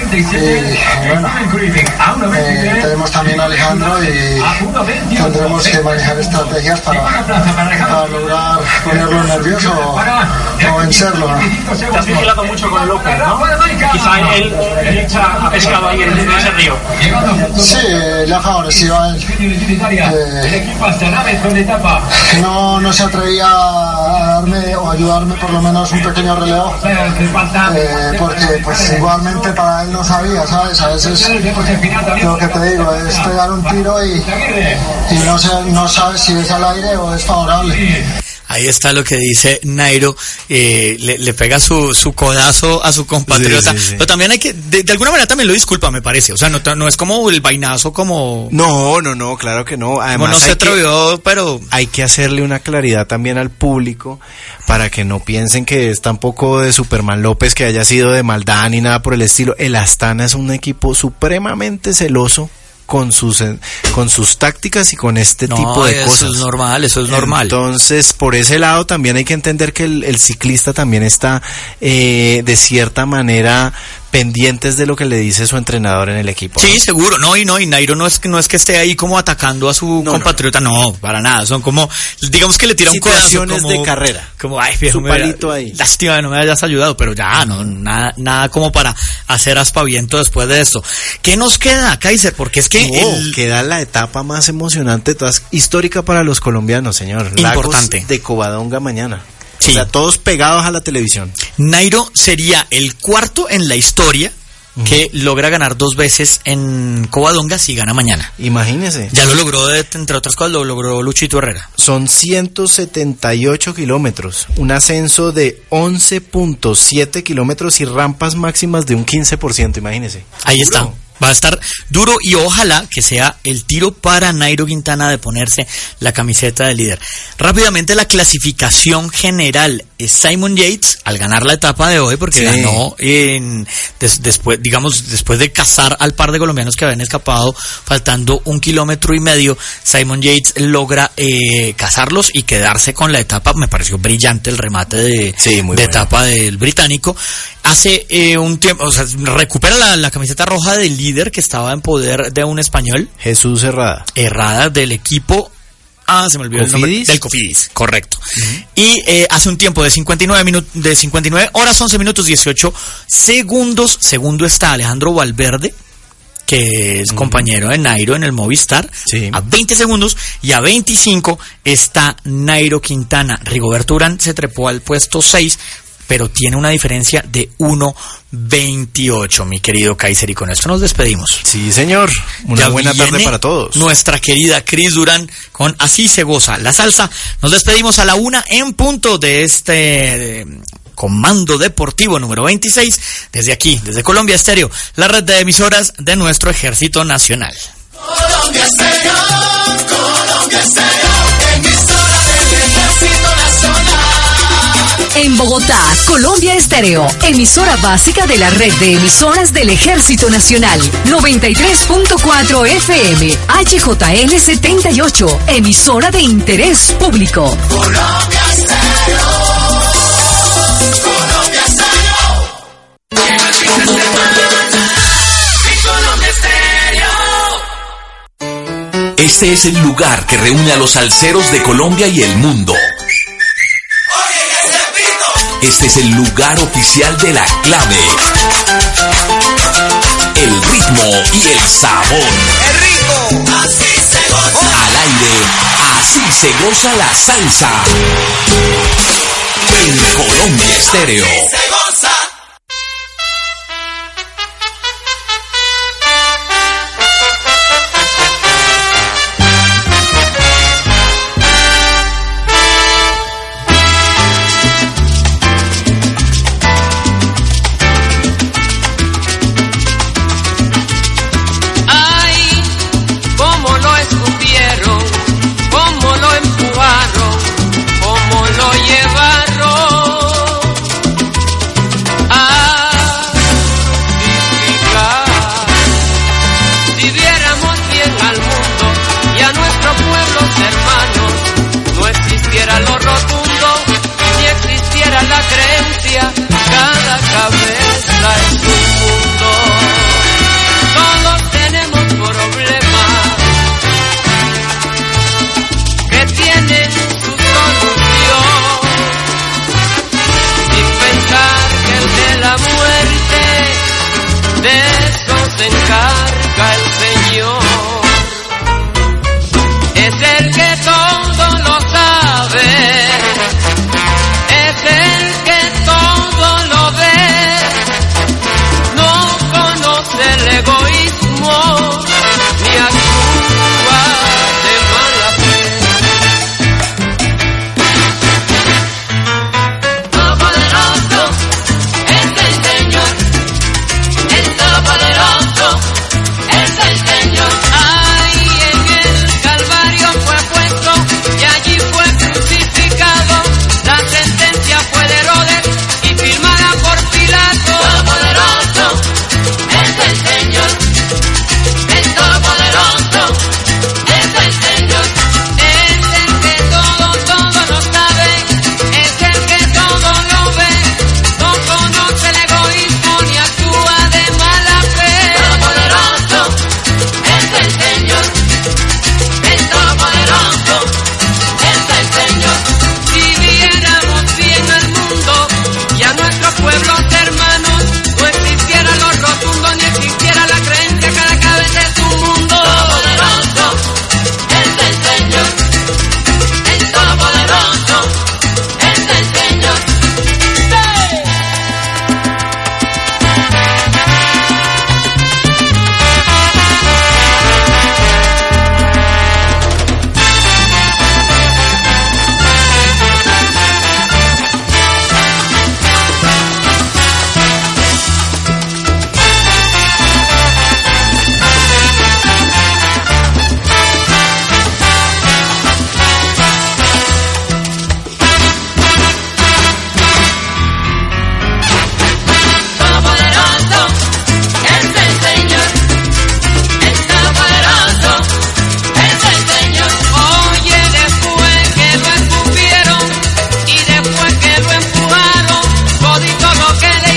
eh, tenemos también a Alejandro y tendremos que manejar estrategias para, para lograr ponerlo nervioso o, o vencerlo, ¿no? Te has vigilado mucho con López, ¿no? Quizá él, él echa, ha pescado ahí en ese río. Sí, le ha favorecido a él. Eh, no, no se atrevía a darme o ayudarme por lo menos un pequeño relevo, eh, porque pues igualmente para él no sabía, ¿sabes? A veces lo que te digo es pegar un tiro y, y no, sé, no sabes si es al aire o es favorable. Ahí está lo que dice Nairo, eh, le, le pega su, su codazo a su compatriota, sí, sí, sí. Pero también hay que, de, de alguna manera también lo disculpa, me parece, o sea, no, no es como el vainazo como... No, no, no, claro que no, además no se atrevió, que, pero... Hay que hacerle una claridad también al público, para que no piensen que es tampoco de Superman López que haya sido de maldad ni nada por el estilo. El Astana es un equipo supremamente celoso con sus con sus tácticas y con este no, tipo de eso cosas. Eso es normal, eso es normal. Entonces, por ese lado también hay que entender que el, el ciclista también está eh, de cierta manera pendientes de lo que le dice su entrenador en el equipo. Sí, ¿no? Seguro, no, y no, y Nairo no es que no es que esté ahí como atacando a su no, compatriota, no. no, para nada, son como, digamos que le tira un codazo como de carrera. Como, ay, viejo, su palito me, ahí. Lástima, no me hayas ayudado, pero ya, no, nada, nada como para hacer aspaviento después de esto. ¿Qué nos queda, Kaiser? Porque es que no, el... queda la etapa más emocionante, todas, histórica para los colombianos, señor. Importante. Lagos de Covadonga mañana. Sí. O sea, todos pegados a la televisión. Nairo sería el cuarto en la historia que uh-huh. logra ganar dos veces en Covadonga si gana mañana. Imagínese. Ya lo logró, de, entre otras cosas, lo logró Luchito Herrera. Son ciento setenta y ocho kilómetros, un ascenso de once punto siete kilómetros y rampas máximas de un quince por ciento, imagínese. Ahí Duro. Está. Va a estar duro y ojalá que sea el tiro para Nairo Quintana de ponerse la camiseta de líder. Rápidamente la clasificación general es Simon Yates al ganar la etapa de hoy porque sí. ganó en, des, después, digamos, después de cazar al par de colombianos que habían escapado faltando un kilómetro y medio. Simon Yates logra eh, cazarlos y quedarse con la etapa. Me pareció brillante el remate de, sí, muy de bueno. etapa del británico. Hace eh, un tiempo, o sea, recupera la, la camiseta roja del líder que estaba en poder de un español. Jesús Herrada. Herrada del equipo. Ah, se me olvidó ¿Cofidis? el nombre. Del Cofidis, correcto. Uh-huh. Y eh, hace un tiempo de cincuenta y nueve minutos, de cincuenta y nueve horas, once minutos, dieciocho segundos. Segundo está Alejandro Valverde, que es uh-huh. compañero de Nairo en el Movistar, sí. a veinte segundos, y a veinticinco está Nairo Quintana. Rigoberto Urán se trepó al puesto seis, pero tiene una diferencia de uno veintiocho, mi querido Kaiser, y con esto nos despedimos. Sí, señor. Una ya buena tarde para todos. Nuestra querida Cris Durán con Así se goza la salsa. Nos despedimos a la una en punto de este de, Comando Deportivo número veintiséis, desde aquí, desde Colombia Estéreo, la red de emisoras de nuestro Ejército Nacional. Colombia Estéreo, Colombia Estéreo, emisora del Ejército Nacional. En Bogotá, Colombia Estéreo, emisora básica de la red de emisoras del Ejército Nacional, noventa y tres punto cuatro F M, H J L setenta y ocho, emisora de interés público. Colombia Estéreo, Colombia Estéreo, Colombia Estéreo. Este es el lugar que reúne a los salseros de Colombia y el mundo. Este es el lugar oficial de la clave. El ritmo y el sabor. El ritmo, así se goza. Al aire, así se goza la salsa. En Colombia Estéreo.